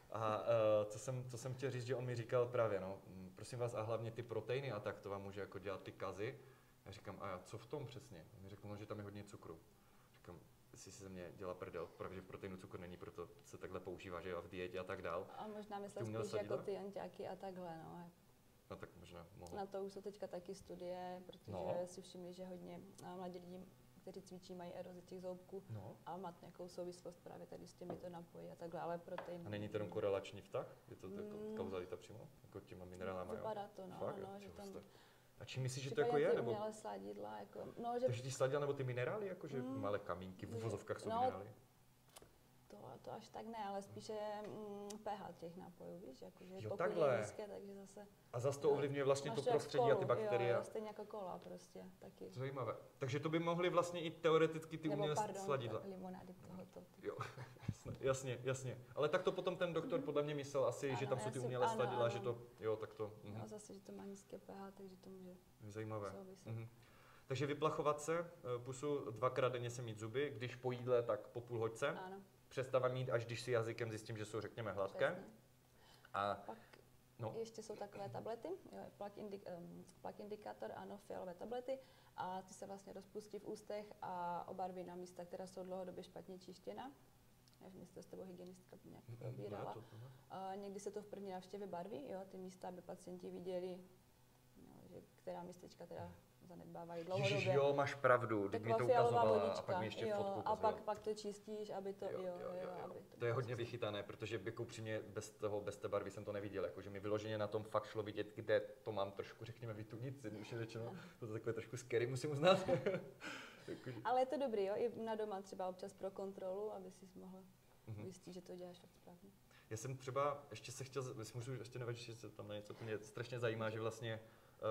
A co jsem chtěl říct, že on mi říkal právě, no, prosím vás, a hlavně ty proteiny a tak, to vám může jako dělat ty kazy. Já říkám, a co v tom přesně? On mi řekl, no, že tam je hodně cukru. Říkám, jestli si ze mě dělá prdel, protože v proteinu cukr není, proto se takhle používá, že jo, v dietě a tak dál. A možná myslel spíš jako ty anťáky a takhle, no. No tak možná mohl. Na to už jsou teďka taky studie, protože si všimli, že hodně mladí lidi, kteří cvičí, mají erozi těch zoubků a má nějakou souvislost právě tady s těmito napoji a takhle, ale protein. A není to jenom korelační vztah? Je to jako kauzalita přímo? Jako těma minerálama, jo? Vypadá to, no, fakt, no, že tam... A čím myslíš, že to jako je? Nebo... sladidla, jako... No, že... Takže ty sladidla nebo ty minerály, jakože malé kamínky v uvozovkách jsou minerály? To až tak ne, ale spíše pH těch nápojů, víš, jakože jo, pokud je nízké, takže zase... A zase to ovlivňuje vlastně to prostředí a ty bakterie. Jo, stejně jako kola prostě, taky. Zajímavé. Takže to by mohly vlastně i teoreticky ty umělé sladidla. Limonády tohoto. Jo, jasně. Ale tak to potom ten doktor podle mě myslel asi, že tam jsou ty umělé sladidla, že to, jo, tak to... No zase, že to má nízké pH, takže to může zajímavé. Takže vyplachovat se, pusu 2krát denně se mít zuby, když po jídle, tak po půl hoďce. Ano. Přestávat mít, až když si jazykem zjistím, že jsou, řekněme, hladké. Přesně. A pak ještě jsou takové tablety, plak indikátor, ano, fialové tablety, a ty se vlastně rozpustí v ústech a obarví na místa, která jsou dlouhodobě špatně čištěna. Já vím, jestli to s tebou hygienistka nějak probírala. Někdy se to v první návštěvě barví, jo, ty místa, aby pacienti viděli, že která místečka teda zanedbávají dlouhodobě. Ježiš, jo, máš pravdu, teď mi to ukazovala a pak mi ještě fotku ukazovala. A pak to čistíš, aby to, aby to je hodně vychytané, protože jako upřímně bez té barvy jsem to neviděl, jakože mi vyloženě na tom fakt šlo vidět, kde to mám trošku, řekněme, vytunit, zjednodušeně řečeno, to je takové trošku scary, musím uznat. Ale je to dobrý, jo, i na doma třeba občas pro kontrolu, aby si mohl zjistit, že to děláš fakt správně. Já jsem třeba, ještě se chtěl, můžu ještě nevadit, že se tam na něco, to mě strašně zajímá, že vlastně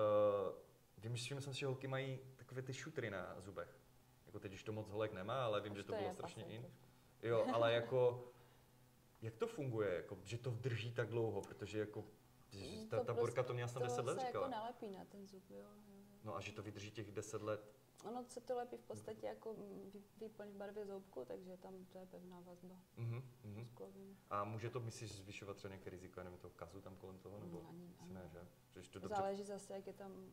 vím, že holky mají takové ty šutry na zubech. Jako teď už to moc holek nemá, ale vím, že to bylo strašně in. Jo, ale jako, jak to funguje, jako, že to drží tak dlouho, protože jako, ta Borka to měla snad 10 let, říkala. To se jako nalepí na ten zub, jo. No a že to vydrží těch 10 let. Ono se to lepí v podstatě jako výplň v barvě zoubku, takže tam to je pevná vazba. A může to, myslíš, zvyšovat třeba nějaké riziko, nevím, toho kazu tam kolem toho, nebo ani. Ne, že? To záleží zase, jak je tam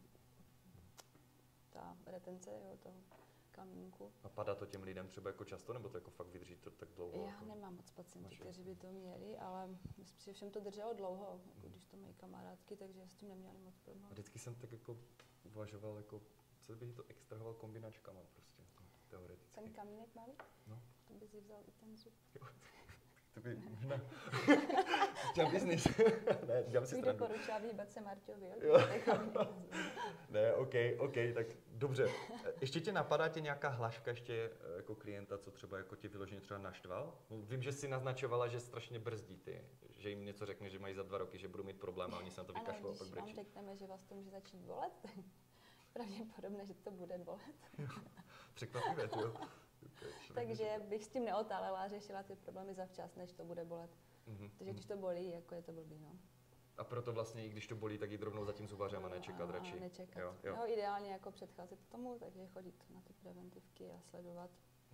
ta retence, jo, toho kamínku. A padá to těm lidem třeba jako často, nebo to jako fakt vydrží to tak dlouho? Já nemám moc pacientů, kteří by to měli, ale myslím, že všem to drželo dlouho, jako když to mají kamarádky, takže s tím neměli moc problém. Vždycky jsem tak jako uvažoval, jako, co bych to extrahoval kombinačkama prostě, teoreticky. Ten kamínek malý? No. To bys si vzal i ten zub. To by možná... Dělám biznis. Ne, dělám si srandu. Doporučila vyhýbat se Marťovi, jo? Ne, OK, tak dobře. Ještě tě napadá nějaká hlaška ještě jako klienta, co třeba jako tě vyloženě třeba naštval? Vím, že jsi naznačovala, že strašně brzdí ty, že jim něco řekne, že mají za 2 roky, že budou mít problém a oni se na to vykašlou a pak brečí. Když vám řekneme, že vás to může začít bolet, pravděpodobně, že to bude bolet. Překvapivé, jo. Takže bych s tím neotálela a řešila ty problémy zavčas, než to bude bolet. Takže když to bolí, jako je to blbý, no. A proto vlastně, i když to bolí, tak jít rovnou za tím zubařem a nečekat radši. Nečekat. Jo, ideálně jako předcházet tomu, takže chodit na ty preventivky a sledovat.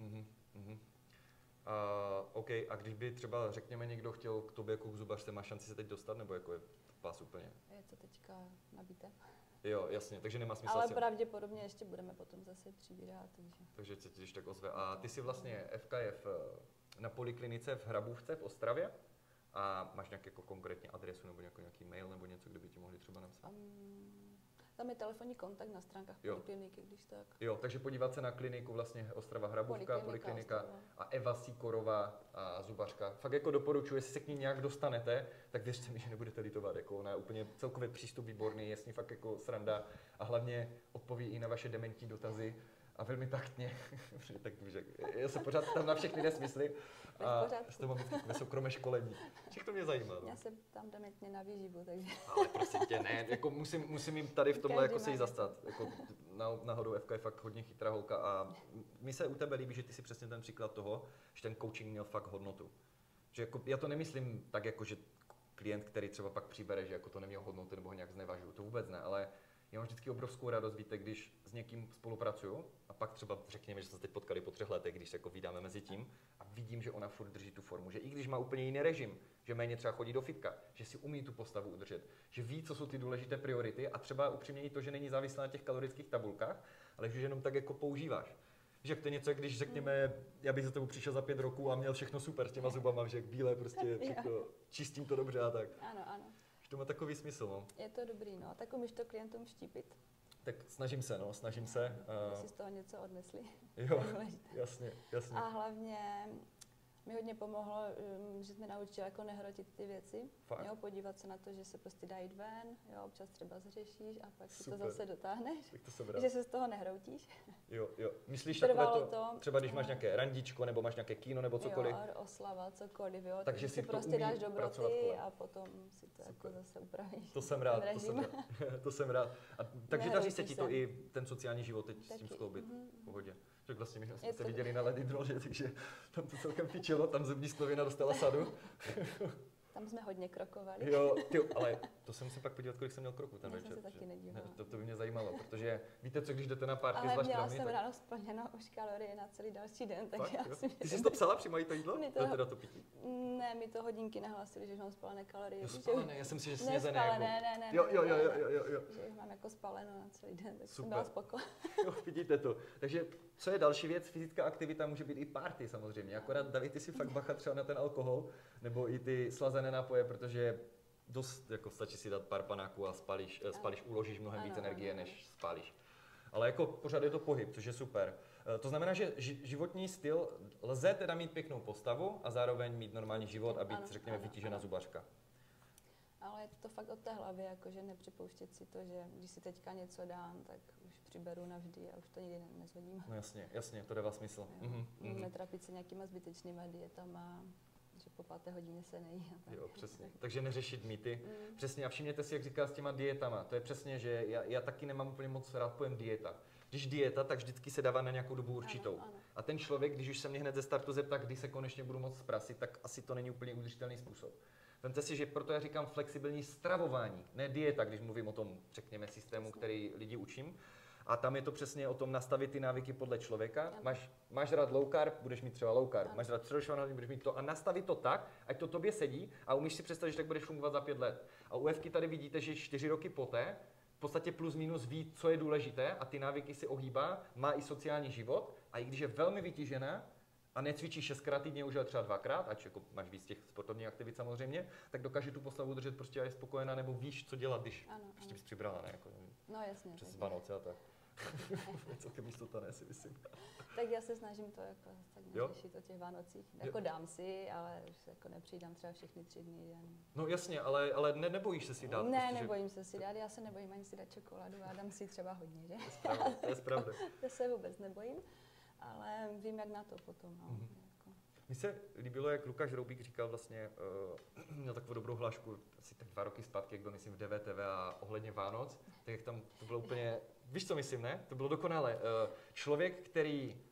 OK, a když by třeba, řekněme, někdo chtěl k tobě jako k zubařce, má šanci se teď dostat, nebo jako je pás úplně? Je to teďka nabité. Jo, jasně, takže nemá smysl. Ale pravděpodobně ještě budeme potom zase přibírat, takže. Takže se ti tak ozve. A ty jsi vlastně FKF na poliklinice v Hrabůvce v Ostravě a máš nějaký jako konkrétní adresu nebo nějaký mail nebo něco, kde by ti mohli třeba napsat? Tam je telefonní kontakt na stránkách polikliniky, když tak. Jo, takže podívat se na kliniku vlastně Ostrava Hrabůvka, poliklinika a Eva Sikorová a zubařka. Fakt jako doporučuji, jestli se k ní nějak dostanete, tak věřte mi, že nebudete litovat. Jako ona je úplně celkově přístup výborný, je s ní fakt jako sranda a hlavně odpoví i na vaše dementní dotazy. A velmi taktně, tak já se pořád tam na všechny nesmysly a s toho mám takové soukromé školení. Všechno mě zajímá. No. Já se tam dementně na výživu, takže... Ale prosím tě, ne, jako musím jim tady v tomhle jako se jí zastat. Jako náhodou FK je fakt hodně chytrá holka a mi se u tebe líbí, že ty si přesně ten příklad toho, že ten coaching měl fakt hodnotu. Že jako, já to nemyslím tak jako, že klient, který třeba pak přibere, že jako to neměl hodnotu nebo ho nějak znevažuju, to vůbec ne, ale Já mám vždycky obrovskou radost, víte, když s někým spolupracuju a pak třeba řekněme, že jsme se teď potkali po 3 letech, když se jako vydáme mezi tím a vidím, že ona furt drží tu formu, že i když má úplně jiný režim, že méně třeba chodí do fitka, že si umí tu postavu udržet, že ví, co jsou ty důležité priority a třeba upřímně i to, že není závislá na těch kalorických tabulkách, ale že jenom tak jako používáš. Že to je něco, když řekněme, já bych za tebou přišel za 5 roků a měl všechno super s těma zubama, že jak bílé prostě všechno, čistím to dobře a tak. Ano, ano. Že to má takový smysl, no. Je to dobrý, no. Tak umíš to klientům štípit? Tak snažím se, no, snažím se. Aby si z toho něco odnesli. Jo, jasně, jasně. A hlavně mi hodně pomohlo, že jsme naučili jako nehrotit ty věci. Jo, podívat se na to, že se prostě dá jít ven, jo, občas třeba zřešíš a pak si to zase dotáhneš. Tak to že se z toho nehroutíš. Jo. Myslíš takové to, třeba když máš nějaké randičko, nebo máš nějaké kino, nebo cokoliv? Jo, oslava, cokoliv, jo. Takže si prostě dáš dobroty a potom si to jako zase upravíš. To jsem rád, to jsem rád. Takže daří se ti to i ten sociální život teď taky s tím skloubit v pohodě. Tak vlastně my jsme se viděli na Ledy Drože, takže tam to celkem fičilo, tam zubní sklovina dostala sadu. Tam jsme hodně krokovali. Jo, ale to jsem se pak podívat, kolik jsem měl kroků ten večer. Já jsem se taky nedívala. To by mě zajímalo, protože víte co, když jdete na party s vašimi. Ale měla jsem ráno splněno už kalorie na celý další den, takže já si Ty jsi to psala, přijímají to jídlo? Teda to pití? Ne, mi to hodinky nahlásili, že mám spalené kalorie. Spalené, já jsem si, že snězené jako. Ne. Jo. Že jich mám jako spaleno na celý den, tak jsem byla spokojená. Jo, vidíte to. Takže co je další věc, fyzická aktivita může být i party samozřejmě. Akorát dávejte si fakt bacha třeba na ten alkohol, nebo i ty slazené nápoje, protože dost jako stačí si dát pár panáků a spálíš, uložíš mnohem víc energie, než spálíš. Ale jako pořád je to pohyb, což je super. To znamená, že životní styl lze teda mít pěknou postavu a zároveň mít normální život a být, řekněme, vytížená zubařka. Ale je to fakt od té hlavy, jakože nepřipouštět si to, že když si teďka něco dám, tak už přiberu navždy a už to nikdy nezhodím. No jasně, to dává smysl. Netrapit se nějakýma zbytečnýma dietama, že po 5. hodině se nejí. Jo, přesně. Takže neřešit mýty. Přesně, a všimněte si, jak říká s těma dietama. To je přesně, že já taky nemám úplně moc rád pojem dieta. Když dieta, tak vždycky se dává na nějakou dobu určitou. Ano. A ten člověk, když už se mě hned ze startu zeptá, kdy se konečně budu moct zprasit, tak asi to není úplně udržitelný způsob. Vemte si, že proto já říkám flexibilní stravování, ne dieta, když mluvím o tom, řekněme, systému, který lidi učím. A tam je to přesně o tom nastavit ty návyky podle člověka. Máš rád low carb, budeš mít třeba low carb. Máš rád přerušovaný, budeš mít to a nastavit to tak, ať to tobě sedí a umíš si představit, že tak budeš fungovat za 5 let. A u Evky tady vidíte, že 4 roky poté v podstatě plus minus ví, co je důležité a ty návyky si ohýbá, má i sociální život a i když je velmi vytížená a necvičí 6krát týdně, už třeba 2krát, ať jako máš víc těch sportovních aktivit samozřejmě, tak dokáže tu postavu držet prostě a je spokojená nebo víš, co dělat, když prostě bys přibrala, ne? Jako, no jasně. Přes Vánoce a tak. Celkem jistota, ne, si myslím. Tak já se snažím to jako tak neřešit o těch Vánocích. Jako dám si, ale už se jako nepřijdám třeba všechny 3 dny. No jasně, ale nebojíš se si dát? Ne, prostě, nebojím se si dát, já se nebojím ani si dát čokoládu a dám si třeba hodně, že? To je pravda. To se vůbec nebojím, ale vím, jak na to potom. No. Mně se líbilo, jak Lukáš Roubík říkal vlastně, měl takovou dobrou hlášku, asi tak 2 roky zpátky, jak byl, myslím, v DVTV a ohledně Vánoc, tak jak tam to bylo úplně, víš co myslím, ne? To bylo dokonale. Člověk, který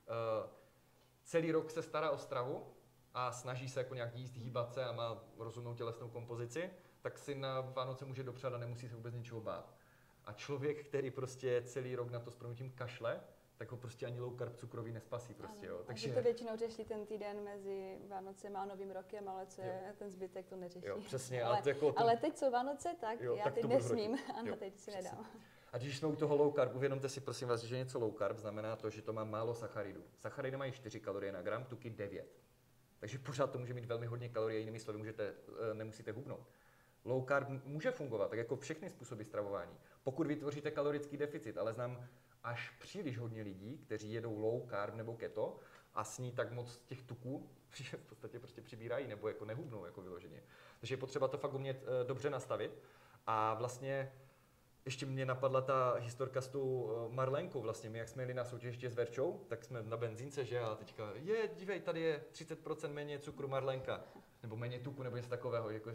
celý rok se stará o stravu a snaží se jako nějak jíst, hýbat se a má rozumnou tělesnou kompozici, tak si na Vánoce může dopřát a nemusí se vůbec ničeho bát. A člověk, který prostě celý rok na to s prominutím kašle, tak ho prostě ani low carb cukrový nespasí prostě, jo. Takže to většinou řeší ten týden mezi Vánocem a Novým rokem, ale co je ten zbytek, to neřeší. Jo, přesně. Ale teď jsou Vánoce, tak jo, já tak teď nesmím, ano, teď si přesně. nedám. A když jsme u toho low carb, uvědomte si prosím vás, že něco low carb znamená to, že to má málo sacharidů. Sacharidy mají 4 kalorie na gram, tuky 9. Takže pořád to může mít velmi hodně kalorií, jinými slovy nemusíte hubnout. Low carb může fungovat, tak jako všechny způsoby stravování. Pokud vytvoříte kalorický deficit, ale znám až příliš hodně lidí, kteří jedou low carb nebo keto a sní tak moc těch tuků, že v podstatě prostě přibírají nebo jako nehubnou jako vyloženě. Takže je potřeba to fakt umět dobře nastavit. A vlastně ještě mě napadla ta historka s tou Marlenkou vlastně. My jak jsme jeli na soutěž ještě s Verčou, tak jsme na benzínce, že a teďka dívej, tady je 30% méně cukru Marlenka. Nebo méně tuku, nebo něco takového, jako,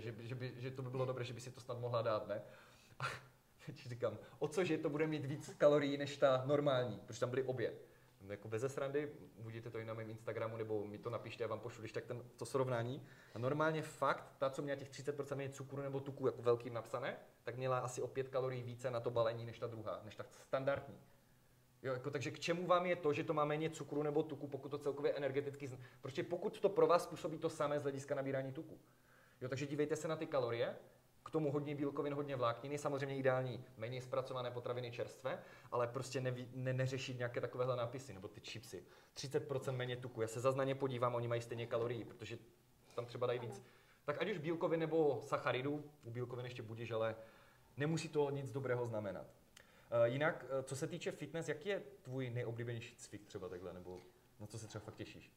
že to by bylo dobré, že by si to snad mohla dát, ne? Teď říkám, o cože to bude mít víc kalorií než ta normální, protože tam byly obě. jako beze srandy, uvidíte to i na mém Instagramu, nebo mi to napište, já vám pošlu, když tak to srovnání. A normálně fakt, ta, co měla těch 30% méně cukru nebo tuku jako velkým napsané, tak měla asi o 5 kalorií více na to balení, než ta druhá, než ta standardní. Jo, jako, takže k čemu vám je to, že to má méně cukru nebo tuku, pokud to celkově energeticky... Prostě pokud to pro vás způsobí to samé z hlediska nabírání tuku. Jo, takže dívejte se na ty kalorie, k tomu hodně bílkovin, hodně vlákniny, samozřejmě ideální méně zpracované potraviny čerstvé, ale prostě neřešit nějaké takovéhle nápisy, nebo ty chipsy. 30% méně tuku, já se zase na ně podívám, oni mají stejně kalorií, protože tam třeba dají víc. Tak ať už bílkovin nebo sacharidů, u bílkovin ještě budíš, ale nemusí to nic dobrého znamenat. Jinak, co se týče fitness, jaký je tvůj nejoblíbenější cvik třeba takhle, nebo na co se třeba fakt těšíš?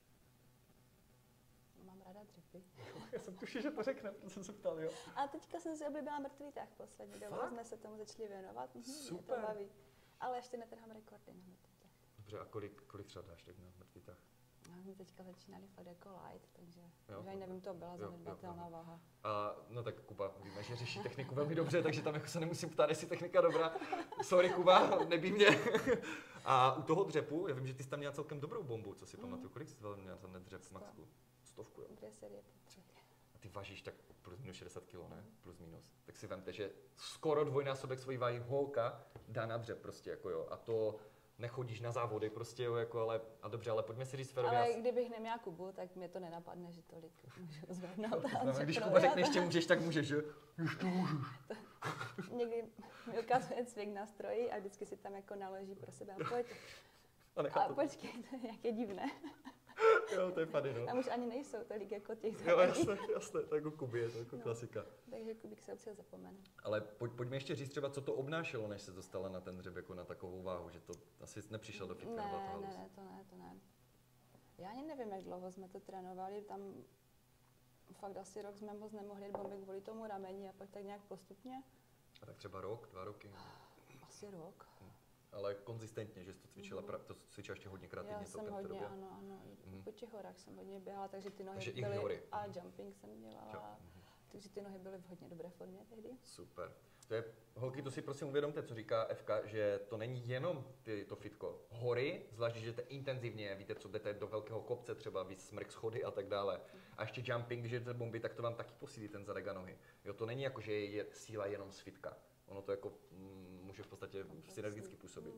Mám ráda dřepy. Já jsem tušil, že to řekne, proto jsem se ptal, jo. A teďka jsem si oblíbila mrtvý tah poslední dobou, jsme se tomu začali věnovat. Super. Mě to baví. Ale ještě netrhám rekordy na mrtvý tah. Dobře, a kolik třeba dáš tak na mrtvý tah? My teďka začínali fakt jako light, takže jo, už ani nevím, to byla zanedbatelná váha. A no tak Kuba, víme, že řeší techniku velmi dobře, takže tam jako se nemusím ptát, jestli technika dobrá. Sorry Kuba, nebij mě. A u toho dřepu, já vím, že ty jsi tam měla celkem dobrou bombu, co si pamatuju. Kolik jsi měla za dřep maxku? 100, jo. 2 série po 3. A ty vážíš tak plus minus 60 kg, ne? Plus minus. Tak si vemte, že skoro dvojnásobek svojí váhy holka dá na dřep prostě, jako jo. A to nechodíš na závody prostě, jo, jako, ale, a dobře, ale pojďme si říct férově. Ale kdybych neměla Kubu, tak mě to nenapadne, že tolik můžu zvednout. Když Kuba řekne, ještě můžeš, tak můžeš, že? Ještě můžeš. Někdy mi ukazuje cvik na stroji a vždycky si tam jako naloží pro sebe a pojď. A počkej, jak je divné. Jo, to je funny, no. Tam už ani nejsou tolik jako těch závodí. Jo, jasné, to je jako Kuby, je to jako klasika. Takže Kubík se občas zapomene. Ale pojďme ještě říct třeba, co to obnášelo, než se dostala na ten dřep jako na takovou váhu, že to asi nepřišla do fitka. Ne, to ne. Já ani nevím, jak dlouho jsme to trénovali, tam fakt asi rok jsme moc nemohli jít bomby kvůli tomu rameni a pak tak nějak postupně. A tak třeba rok, 2 roky? Asi rok. Ale konzistentně, že jsi to cvičila, to cvičila ještě hodněkrát týdně. Já jsem hodně, ano. Po těch horách jsem hodně běhala, takže ty nohy byly, a jumping jsem dělala, takže ty nohy byly v hodně dobré formě tehdy. Super. To je, holky, to si prosím uvědomte, co říká Evka, že to není jenom to fitko. Hory, zvlášť, že jdete intenzivně, víte, co jdete do velkého kopce, třeba víc smrk schody a tak dále. A ještě jumping, když jdete bomby, tak to vám taky posílí ten zadek a nohy. Jo, to není jako, že je síla jenom z fitka. Ono to jako může v podstatě synergicky působit.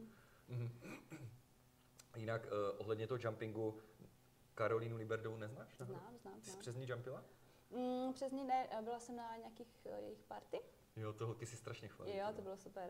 Jinak ohledně toho jumpingu, Karolínu Liberdovou neznáš? Znám. Jsi přes ní jumpila? Přes ní ne, byla jsem na nějakých jejich party. Jo, to holky si strašně chválí. Jo, to bylo super.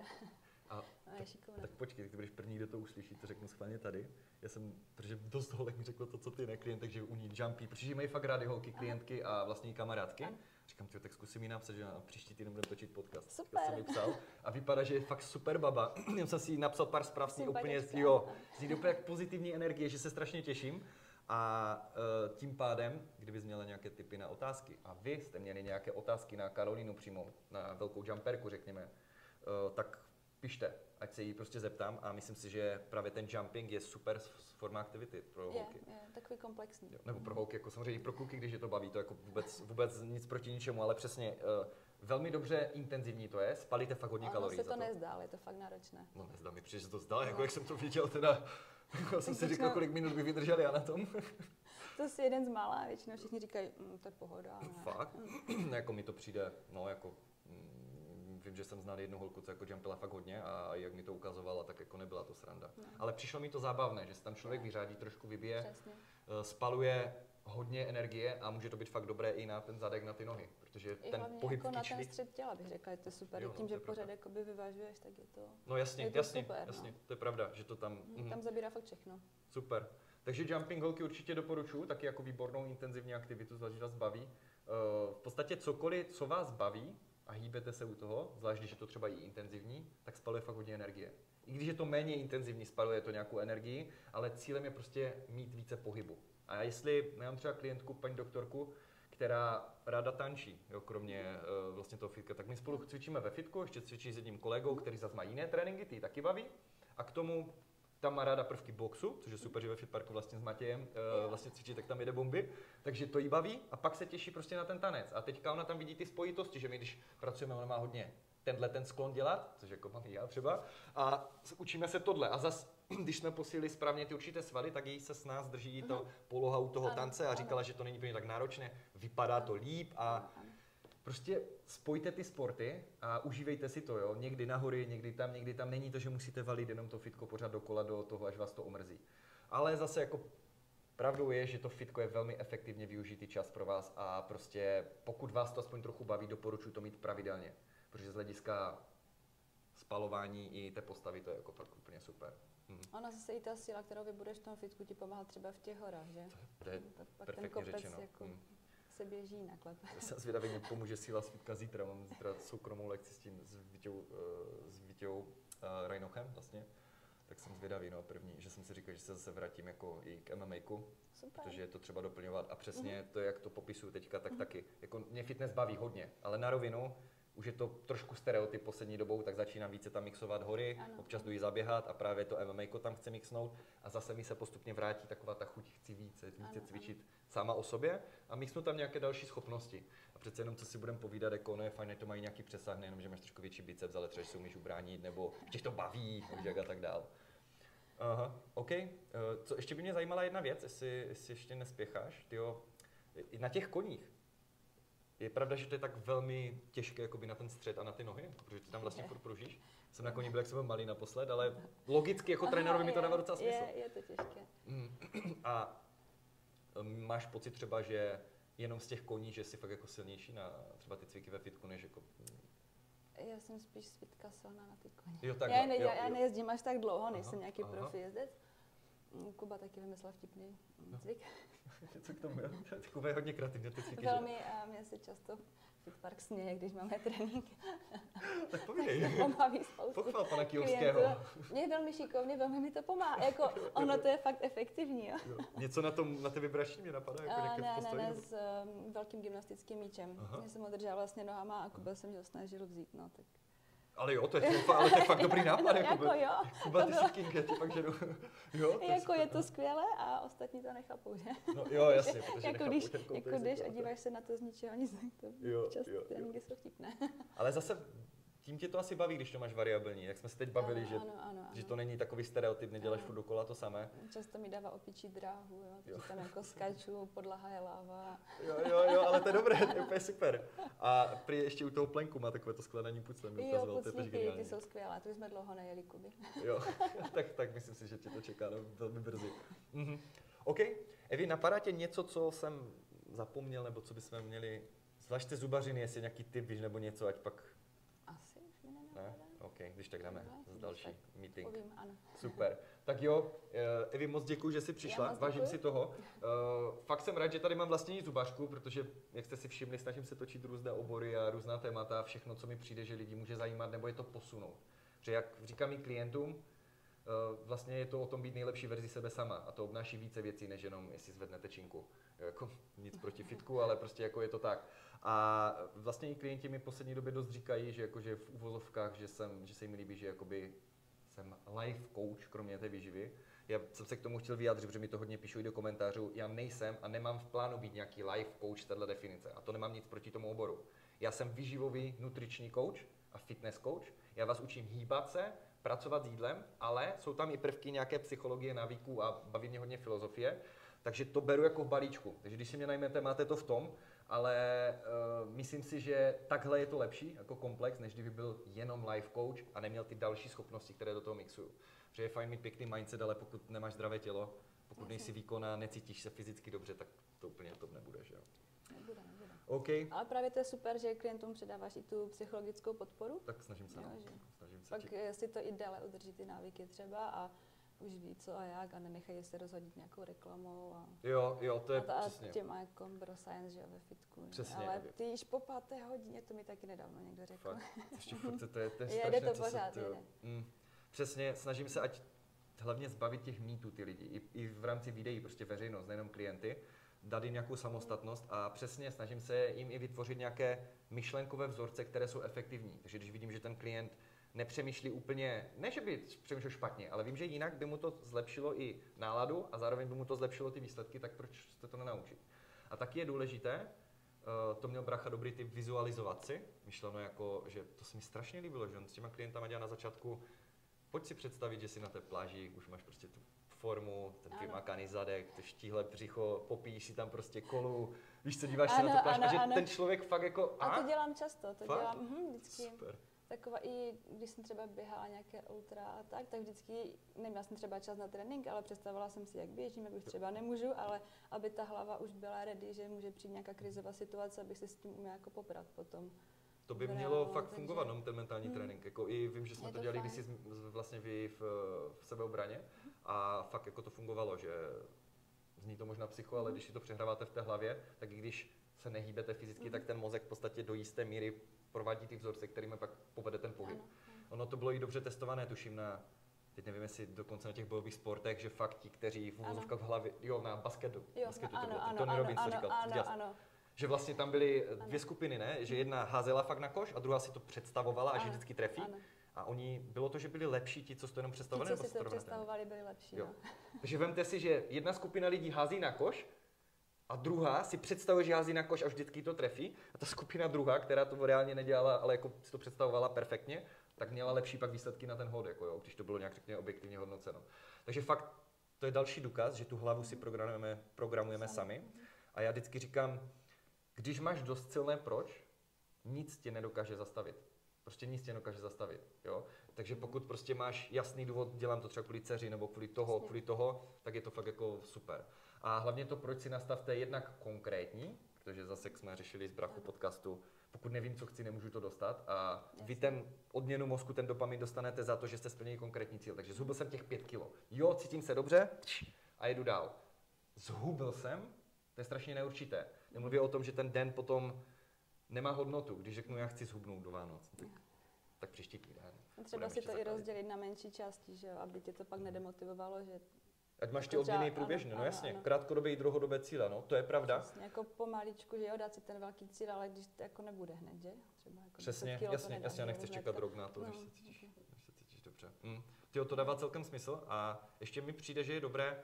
Tak počkej, ty budeš první, kdo to uslyší, to řeknu schválně tady. Protože dost holek mi řeklo to, co ty, ne klient, takže u ní jumpí, protože mají fakt rády holky, klientky a vlastně kamarádky. Říkám, tak zkusím jí napsat, že příští týden budeme točit podcast. Super. Já jsem jí psal a vypadá, že je fakt super baba. Já jsem si jí napsal pár zpráv s ní úplně, jo, z ní úplně pozitivní energie, že se strašně těším. A tím pádem, kdybys měla nějaké tipy na otázky a vy jste měli nějaké otázky na Karolínu přímo, na velkou jumperku, řekněme, tak pište, ať se jí prostě zeptám a myslím si, že právě ten jumping je super forma aktivity pro holky. Je takový komplexní. Jo, nebo pro holky, jako samozřejmě i pro kluky, když je to baví, to jako vůbec nic proti ničemu, ale přesně velmi dobře intenzivní to je, spalíte fakt hodně kalorií. Ono se to nezdá, ale je to fakt náročné. No nezdá mi, protože se to zdá, jako jak jsem to viděl teda. Já jsem si říkal, kolik minut by vydrželi já na tom. To je jeden z mála, většinou všichni říkají, to je pohoda. Fakt? Jako mi to přijde, no jako, vím, že jsem znal jednu holku, co jako jumpila fakt hodně a jak mi to ukazovala, tak jako nebyla to sranda. No. Ale přišlo mi to zábavné, že se tam člověk vyřádí, trošku vybije, přesně. Spaluje hodně energie a může to být fakt dobré i na ten zadek, na ty nohy, protože i ten pohyb jako na ten střed těla bych řekla, je to super. Jo, tím, že pořád jakoby vyvažuješ, tak je to. No jasně, super, to je pravda, že to tam. Tam zabírá fakt všechno. Super. Takže jumping holky určitě doporučuji, taky jako výbornou intenzivní aktivitu, zvlášť vás baví. V podstatě cokoliv, co vás baví a hýbete se u toho, zvlášť když je to třeba i intenzivní, tak spaluje fakt hodně energie. I když je to méně intenzivní, spaluje to nějakou energii, ale cílem je prostě mít více pohybu. A jestli mám třeba klientku, paní doktorku, která ráda tančí, jo, kromě vlastně toho fitka, tak my spolu cvičíme ve fitku, ještě cvičí s jedním kolegou, který zase má jiné tréninky, ty taky baví. A k tomu tam má ráda prvky boxu, což je super, že ve fitparku vlastně s Matějem vlastně cvičí, tak tam jede bomby, takže to jí baví a pak se těší prostě na ten tanec. A teďka ona tam vidí ty spojitosti, že my když pracujeme, ona má hodně ten sklon dělat, což jako mám i já třeba, a učíme se tohle. A zas, když jsme posílili správně ty určité svaly, tak jí se s nás drží to poloha u toho tance a říkala, že to není úplně tak náročné, vypadá to líp a prostě spojte ty sporty a užívejte si to, jo. Někdy na hory, někdy tam. Není to, že musíte valit jenom to fitko pořád dokola do toho, až vás to omrzí. Ale zase jako pravdou je, že to fitko je velmi efektivně využitý čas pro vás a prostě pokud vás to aspoň trochu baví, doporučuji to mít pravidelně. Protože z hlediska spalování i té postavy to je jako fakt úplně super. Ona zase i ta síla, kterou vybudeš v tom fitku, ti pomáhá třeba v těch horách, že? To je perfektně řečeno. Jako se běží naklet. Já jsem zvědavý, mě pomůže síla z fitka zítra. Mám zítra soukromou lekci s tím, s Vítěou Rajnochem vlastně. Tak jsem zvědavý, no, první, že jsem si říkal, že se zase vrátím jako i k MMAku, protože je to třeba doplňovat a přesně to, jak to popisuju teďka, tak taky. Jako mě fitness baví hodně, ale na rovinu už je to trošku stereotyp poslední dobou, tak začínám více tam mixovat hory, občas jdu jí zaběhat a právě to MMAko tam chci mixnout a zase mi se postupně vrátí taková ta chuť, chci více cvičit sama o sobě a mixnu tam nějaké další schopnosti. A přece jenom, co si budeme povídat, jako no je fajn, že to mají nějaký přesah, nejenom, že máš trošku větší biceps, ale třeba, že se umíš ubránit, nebo že to baví, a tak dál. Aha, OK. Co ještě by mě zajímala jedna věc, jestli ještě nespěcháš, tyjo, na těch koních. Je pravda, že to je tak velmi těžké jakoby na ten střed a na ty nohy, protože ty tam vlastně furt pružíš. Jsem na koni byl, jak jsem byl malý naposled, ale logicky jako trenérovi mi to dává docela smysl. Je to těžké. A máš pocit třeba, že jenom z těch koní, že jsi fakt jako silnější na třeba ty cviky ve fitku, než jako... Já jsem spíš z fitka silná na ty koně. Jo, Já nejezdím až tak dlouho, nejsem nějaký profi jezdec. Kuba taky vymyslel vtipný cvik. Co k tomu, jo? Takové hodně kreativně ty cviky. Velmi a mě se často Fitpark směje, když máme trénink. Tak povídej. Pomáví spoustu. Pochvál pana Kijovského. Mě velmi šikovně, velmi mi to pomáhá. Jako, ono to je fakt efektivní. Jo. Něco na té vibrační mě napadá? Jako ne, s velkým gymnastickým míčem. Já jsem ho držela vlastně nohama a Kuba se mě ho snažil vzít. No, tak. Ale jo, to je fakt dobrý nápad. No, jako jo. Kuba, ty jsi king, já ti fakt žeru. Jo, jako je to skvělé a ostatní to nechápou, že? No jo, jasně, protože jako když a díváš se na to z ničeho nic, tak to často tréninky jsou vtipné. Ale zase tím tě to asi baví, když to máš variabilní. Jak jsme se teď bavili, ano. že to není takový stereotyp, neděláš furt dokola to samé. Často mi dává opičí dráhu, jo. Tam jako skáču, podlaha je láva. Jo, ale to je dobré, to je úplně super. A prý ještě u toho plenku má takové to skladání puclem. Jo, puclíky, ty jsou skvělé, to jsme dlouho nejeli, Kuby. Jo, tak myslím si, že tě to čeká velmi brzy. OK, Evi, napadá tě něco, co jsem zapomněl, nebo co bychom měli, zvlášť ty zubařiny, jestli nějaký tip, víš, nebo něco, ať pak... Asi už mi nenapadá. Ne? OK, když tak dáme další meeting. Povím, ano. Super. Tak jo, Evi, moc děkuji, že jsi přišla, vážím si toho. Fakt jsem rád, že tady mám vlastní zubařku, protože, jak jste si všimli, snažím se točit různé obory a různá témata, všechno, co mi přijde, že lidi může zajímat, nebo je to posunout. Protože jak říkám i klientům, vlastně je to o tom být nejlepší verzi sebe sama a to obnáší více věcí, než jenom jestli zvednete činku. Jako, nic proti fitku, ale prostě jako je to tak. A vlastně i klienti mi v poslední době dost říkají, že jakože v uvozovkách, že se jim líbí, že jakoby jsem life coach, kromě té výživy. Já jsem se k tomu chtěl vyjádřit, protože mi to hodně píšou i do komentářů. Já nejsem a nemám v plánu být nějaký life coach z této definice. A to nemám nic proti tomu oboru. Já jsem výživový nutriční coach a fitness coach. Já vás učím hýbat se, pracovat s jídlem, ale jsou tam i prvky nějaké psychologie, návyků a baví mě hodně filozofie. Takže to beru jako v balíčku. Takže když si mě najmete, máte to v tom, ale myslím si, že takhle je to lepší jako komplex, než kdyby byl jenom life coach a neměl ty další schopnosti, které do toho mixuju. Protože je fajn mít pěkný mindset, ale pokud nemáš zdravé tělo, pokud nejsi výkonná, necítíš se fyzicky dobře, tak to úplně top nebude, že jo? Nebude. Okay. Ale právě to je super, že klientům předáváš i tu psychologickou podporu. Tak snažím se. Pak si to i dále udrží ty návyky třeba a už ví co a jak a nenechají se rozhodit nějakou reklamou. Jo, to je přesně. A těma jako bro science, že jo, ve fitku. Přesně. Ale ty již po 5. hodině, to mi taky nedávno někdo řekl. Fakt, ještě furt to je strašné. Jede to pořád, jede. Přesně, snažím se ať hlavně zbavit těch mýtů ty lidi, i v rámci videí, prostě veřejnost, nejenom klienty, dát jim nějakou samostatnost a přesně snažím se jim i vytvořit nějaké myšlenkové vzorce, které jsou efektivní. Takže když vidím, že ten klient nepřemýšlí úplně, ne že by přemýšlel špatně, ale vím, že jinak by mu to zlepšilo i náladu a zároveň by mu to zlepšilo ty výsledky, tak proč se to nenaučit? A taky je důležité to měl brácha dobrý typ vyzualizovat si, myšleno jako, že to se mi strašně líbilo, že on s těma klientama dělá na začátku, pojď si představit, že jsi na té pláži, už máš prostě tu formu, ten vymakaný zadek, to štíhle břicho, popíš si tam prostě kolu, víš co, díváš se na tu pláž a že ten člověk fakt jako... A to dělám často, to fakt? dělám vždycky. Super. Taková i, když jsem třeba běhala nějaké ultra a tak vždycky, neměla jsem třeba čas na trénink, ale představovala jsem si, jak běžím, jak už třeba nemůžu, ale aby ta hlava už byla ready, že může přijít nějaká krizová situace, abych se s tím uměla jako poprat potom. To by mělo fakt fungovat, no, ten mentální trénink. Jako i vím, že jsme to dělali kdysi vlastně v sebeobraně a fakt jako to fungovalo, že zní to možná psycho, ale když si to přehráváte v té hlavě, tak i když se nehýbete fyzicky, tak ten mozek v podstatě do jisté míry provádí ty vzorce, kterými pak povede ten pohyb. Ono to bylo i dobře testované, tuším teď nevím, jestli dokonce na těch bojových sportech, že fakt ti, kteří v uvozovkách v hlavě, na basketu to bylo, Tony Robbins to říkal, že vlastně tam byly dvě skupiny, ne? Že jedna házela fakt na koš a druhá si to představovala a že vždycky trefí. A bylo to, že byli lepší ti, co si to jenom představovali? Ti, co si to představovali, byli lepší. Jo. Takže vemte si, že jedna skupina lidí hází na koš a druhá si představuje, že hází na koš a vždycky to trefí. A ta skupina druhá, která to reálně nedělala, ale jako si to představovala perfektně, tak měla lepší pak výsledky na ten hod, jako jo, když to bylo nějak řekněme objektivně hodnoceno. Takže fakt to je další důkaz, že tu hlavu si programujeme sami. A já vždycky říkám, když máš dost silné proč, nic tě nedokáže zastavit. Prostě nic tě nedokáže zastavit, jo. Takže pokud prostě máš jasný důvod, dělám to třeba kvůli dceři nebo kvůli toho, tak je to fakt jako super. A hlavně to proč si nastavte jednak konkrétní, protože zase jak jsme řešili z brachu podcastu, pokud nevím, co chci, nemůžu to dostat a vy ten odměnu mozku, ten dopamin dostanete za to, že jste splnili konkrétní cíl. Takže zhubil jsem těch 5 kilo. Jo, cítím se dobře a jedu dál. Zhubil jsem, to je strašně neurčité. Nemluví o tom, že ten den potom nemá hodnotu. Když řeknu, já chci zhubnout do Vánoc, tak příští týden. Třeba si to i rozdělit na menší části, že jo, aby tě to pak nedemotivovalo, že... Ať máš ty odměny průběžně, no jasně, krátkodobé i dlouhodobé cíle, no, to je pravda. Přesně, jako pomaličku, že jo, dát si ten velký cíl, ale když to jako nebude hned, že? Třeba jako přesně, jasně, nechceš čekat rok na to, když se cítíš dobře. Tyjo, to dává celkem smysl a ještě mi přijde, že je dobré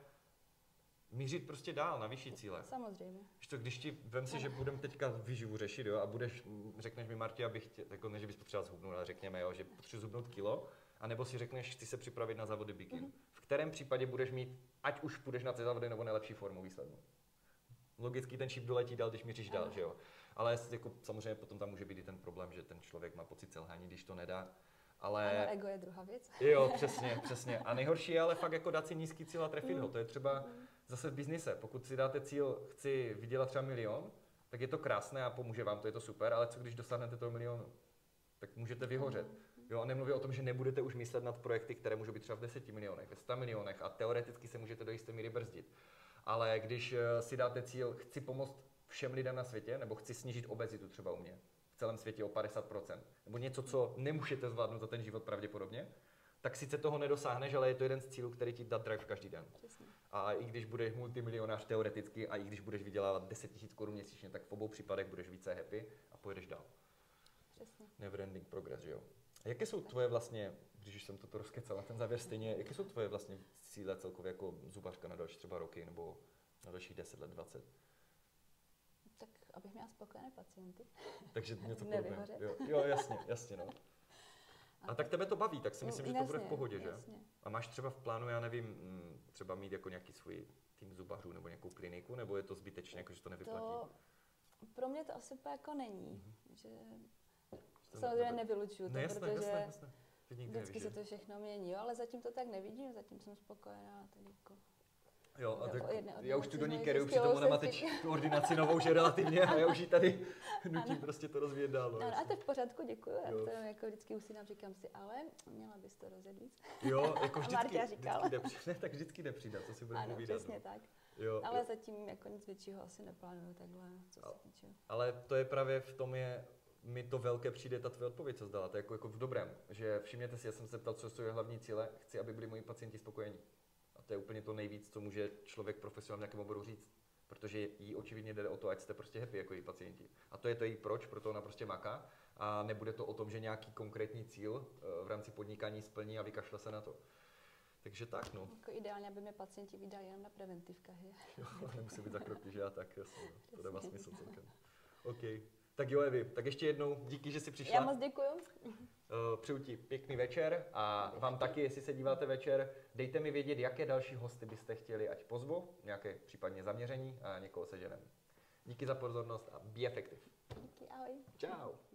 mířit prostě dál na vyšší cíle. Samozřejmě. Když vem si, že budeme teďka výživu řešit, jo, a řekneš mi, Marti, jako ne, že bys potřeboval zhubnout, ale řekněme, jo, že potřebuji zhubnout kilo, anebo si řekneš, chci se připravit na závody bikini. V kterém případě budeš mít, ať už půjdeš na ty závody, nebo nejlepší formu výslednou. Logicky ten šíp doletí dál, když míříš dál, že jo. Ale jako, samozřejmě potom tam může být i ten problém, že ten člověk má pocit selhání, když to nedá. Ale ego je druhá věc. Jo, přesně. A nejhorší je ale fakt jako dát si nízký cíl a trefit ho. To je třeba zase v biznise. Pokud si dáte cíl, chci vydělat třeba 1 000 000, tak je to krásné a pomůže vám to, je to super, ale co když dosáhnete toho 1 000 000? Tak můžete vyhořet. Jo, a nemluvím o tom, že nebudete už myslet nad projekty, které můžou být třeba v 10 milionech, ve 100 milionech a teoreticky se můžete do jisté míry brzdit. Ale když si dáte cíl, chci pomoct všem lidem na světě, nebo chci snížit obezitu třeba u mě v celém světě o 50%, nebo něco, co nemůžete zvládnout za ten život pravděpodobně, tak sice toho nedosáhneš, ale je to jeden z cílů, který ti dá drive každý den. Přesně. A i když budeš multimilionář teoreticky a i když budeš vydělávat 10 000 korun měsíčně, tak v obou případech budeš více happy a pojedeš dál. Přesně. Never ending progress, že jo? A jaké jsou tvoje vlastně, když už jsem to rozkecala, ten závěr stejně, jaké jsou tvoje vlastně cíle celkově jako zubařka na další třeba roky nebo na dalších 10 let, 20? Tak abych měla spokojené pacienty. Takže něco podobného. Jo, jasně, no. A tak tebe to baví, tak si myslím, že to bude v pohodě, že? A máš třeba v plánu, já nevím, třeba mít jako nějaký svůj tým zubařů nebo nějakou kliniku, nebo je to zbytečné, jako že to nevyplatí? Pro mě to asi úplně není, že samozřejmě nevylučuju to, protože vždycky se to všechno mění, jo, ale zatím to tak nevidím, zatím jsem spokojená, tak jako... Jo, a tak já už tu do ní keruju, přitom ona má teď tu ordinaci novou, že relativně, a já už ji tady nutím prostě to rozvíjet dál. No, a to je v pořádku, děkuju, já to jako vždycky usínám, říkám si, ale měla bys to rozjet víc. Jo, jako vždycky jde přidat, co si budeme povídat. Ano, přesně tak. Jo, ale zatím jako nic většího asi neplánuju takhle, co se týče. Ale to je právě v tom mi to velké přijde ta tvoje odpověď, co zdala, to je jako v dobrém, že všimněte si, já jsem se ptal, co jsou hlavní cíle, chci, aby byli moji pacienti spokojení. A to je úplně to nejvíc, co může člověk profesionál v nějakém oboru říct, protože jí očividně jde o to, ať jste prostě happy jako její pacienti. A to je to její proč, proto ona prostě maká a nebude to o tom, že nějaký konkrétní cíl v rámci podnikání splní a vykašle se na to. Takže tak, no. Jako ideálně, aby mě pacienti vydali jenom na preventivkách, že? Jo, nemusí být za kroky, že já tak, jasně, to dává smysl celkem. OK. Tak jo, Evi, tak ještě jednou díky, že jsi přišla. Já moc děkuju. Přeju ti pěkný večer a vám taky, jestli se díváte večer, dejte mi vědět, jaké další hosty byste chtěli, ať pozvu, nějaké případně zaměření a někoho seženeme. Díky za pozornost a be effective. Díky, ahoj. Čau.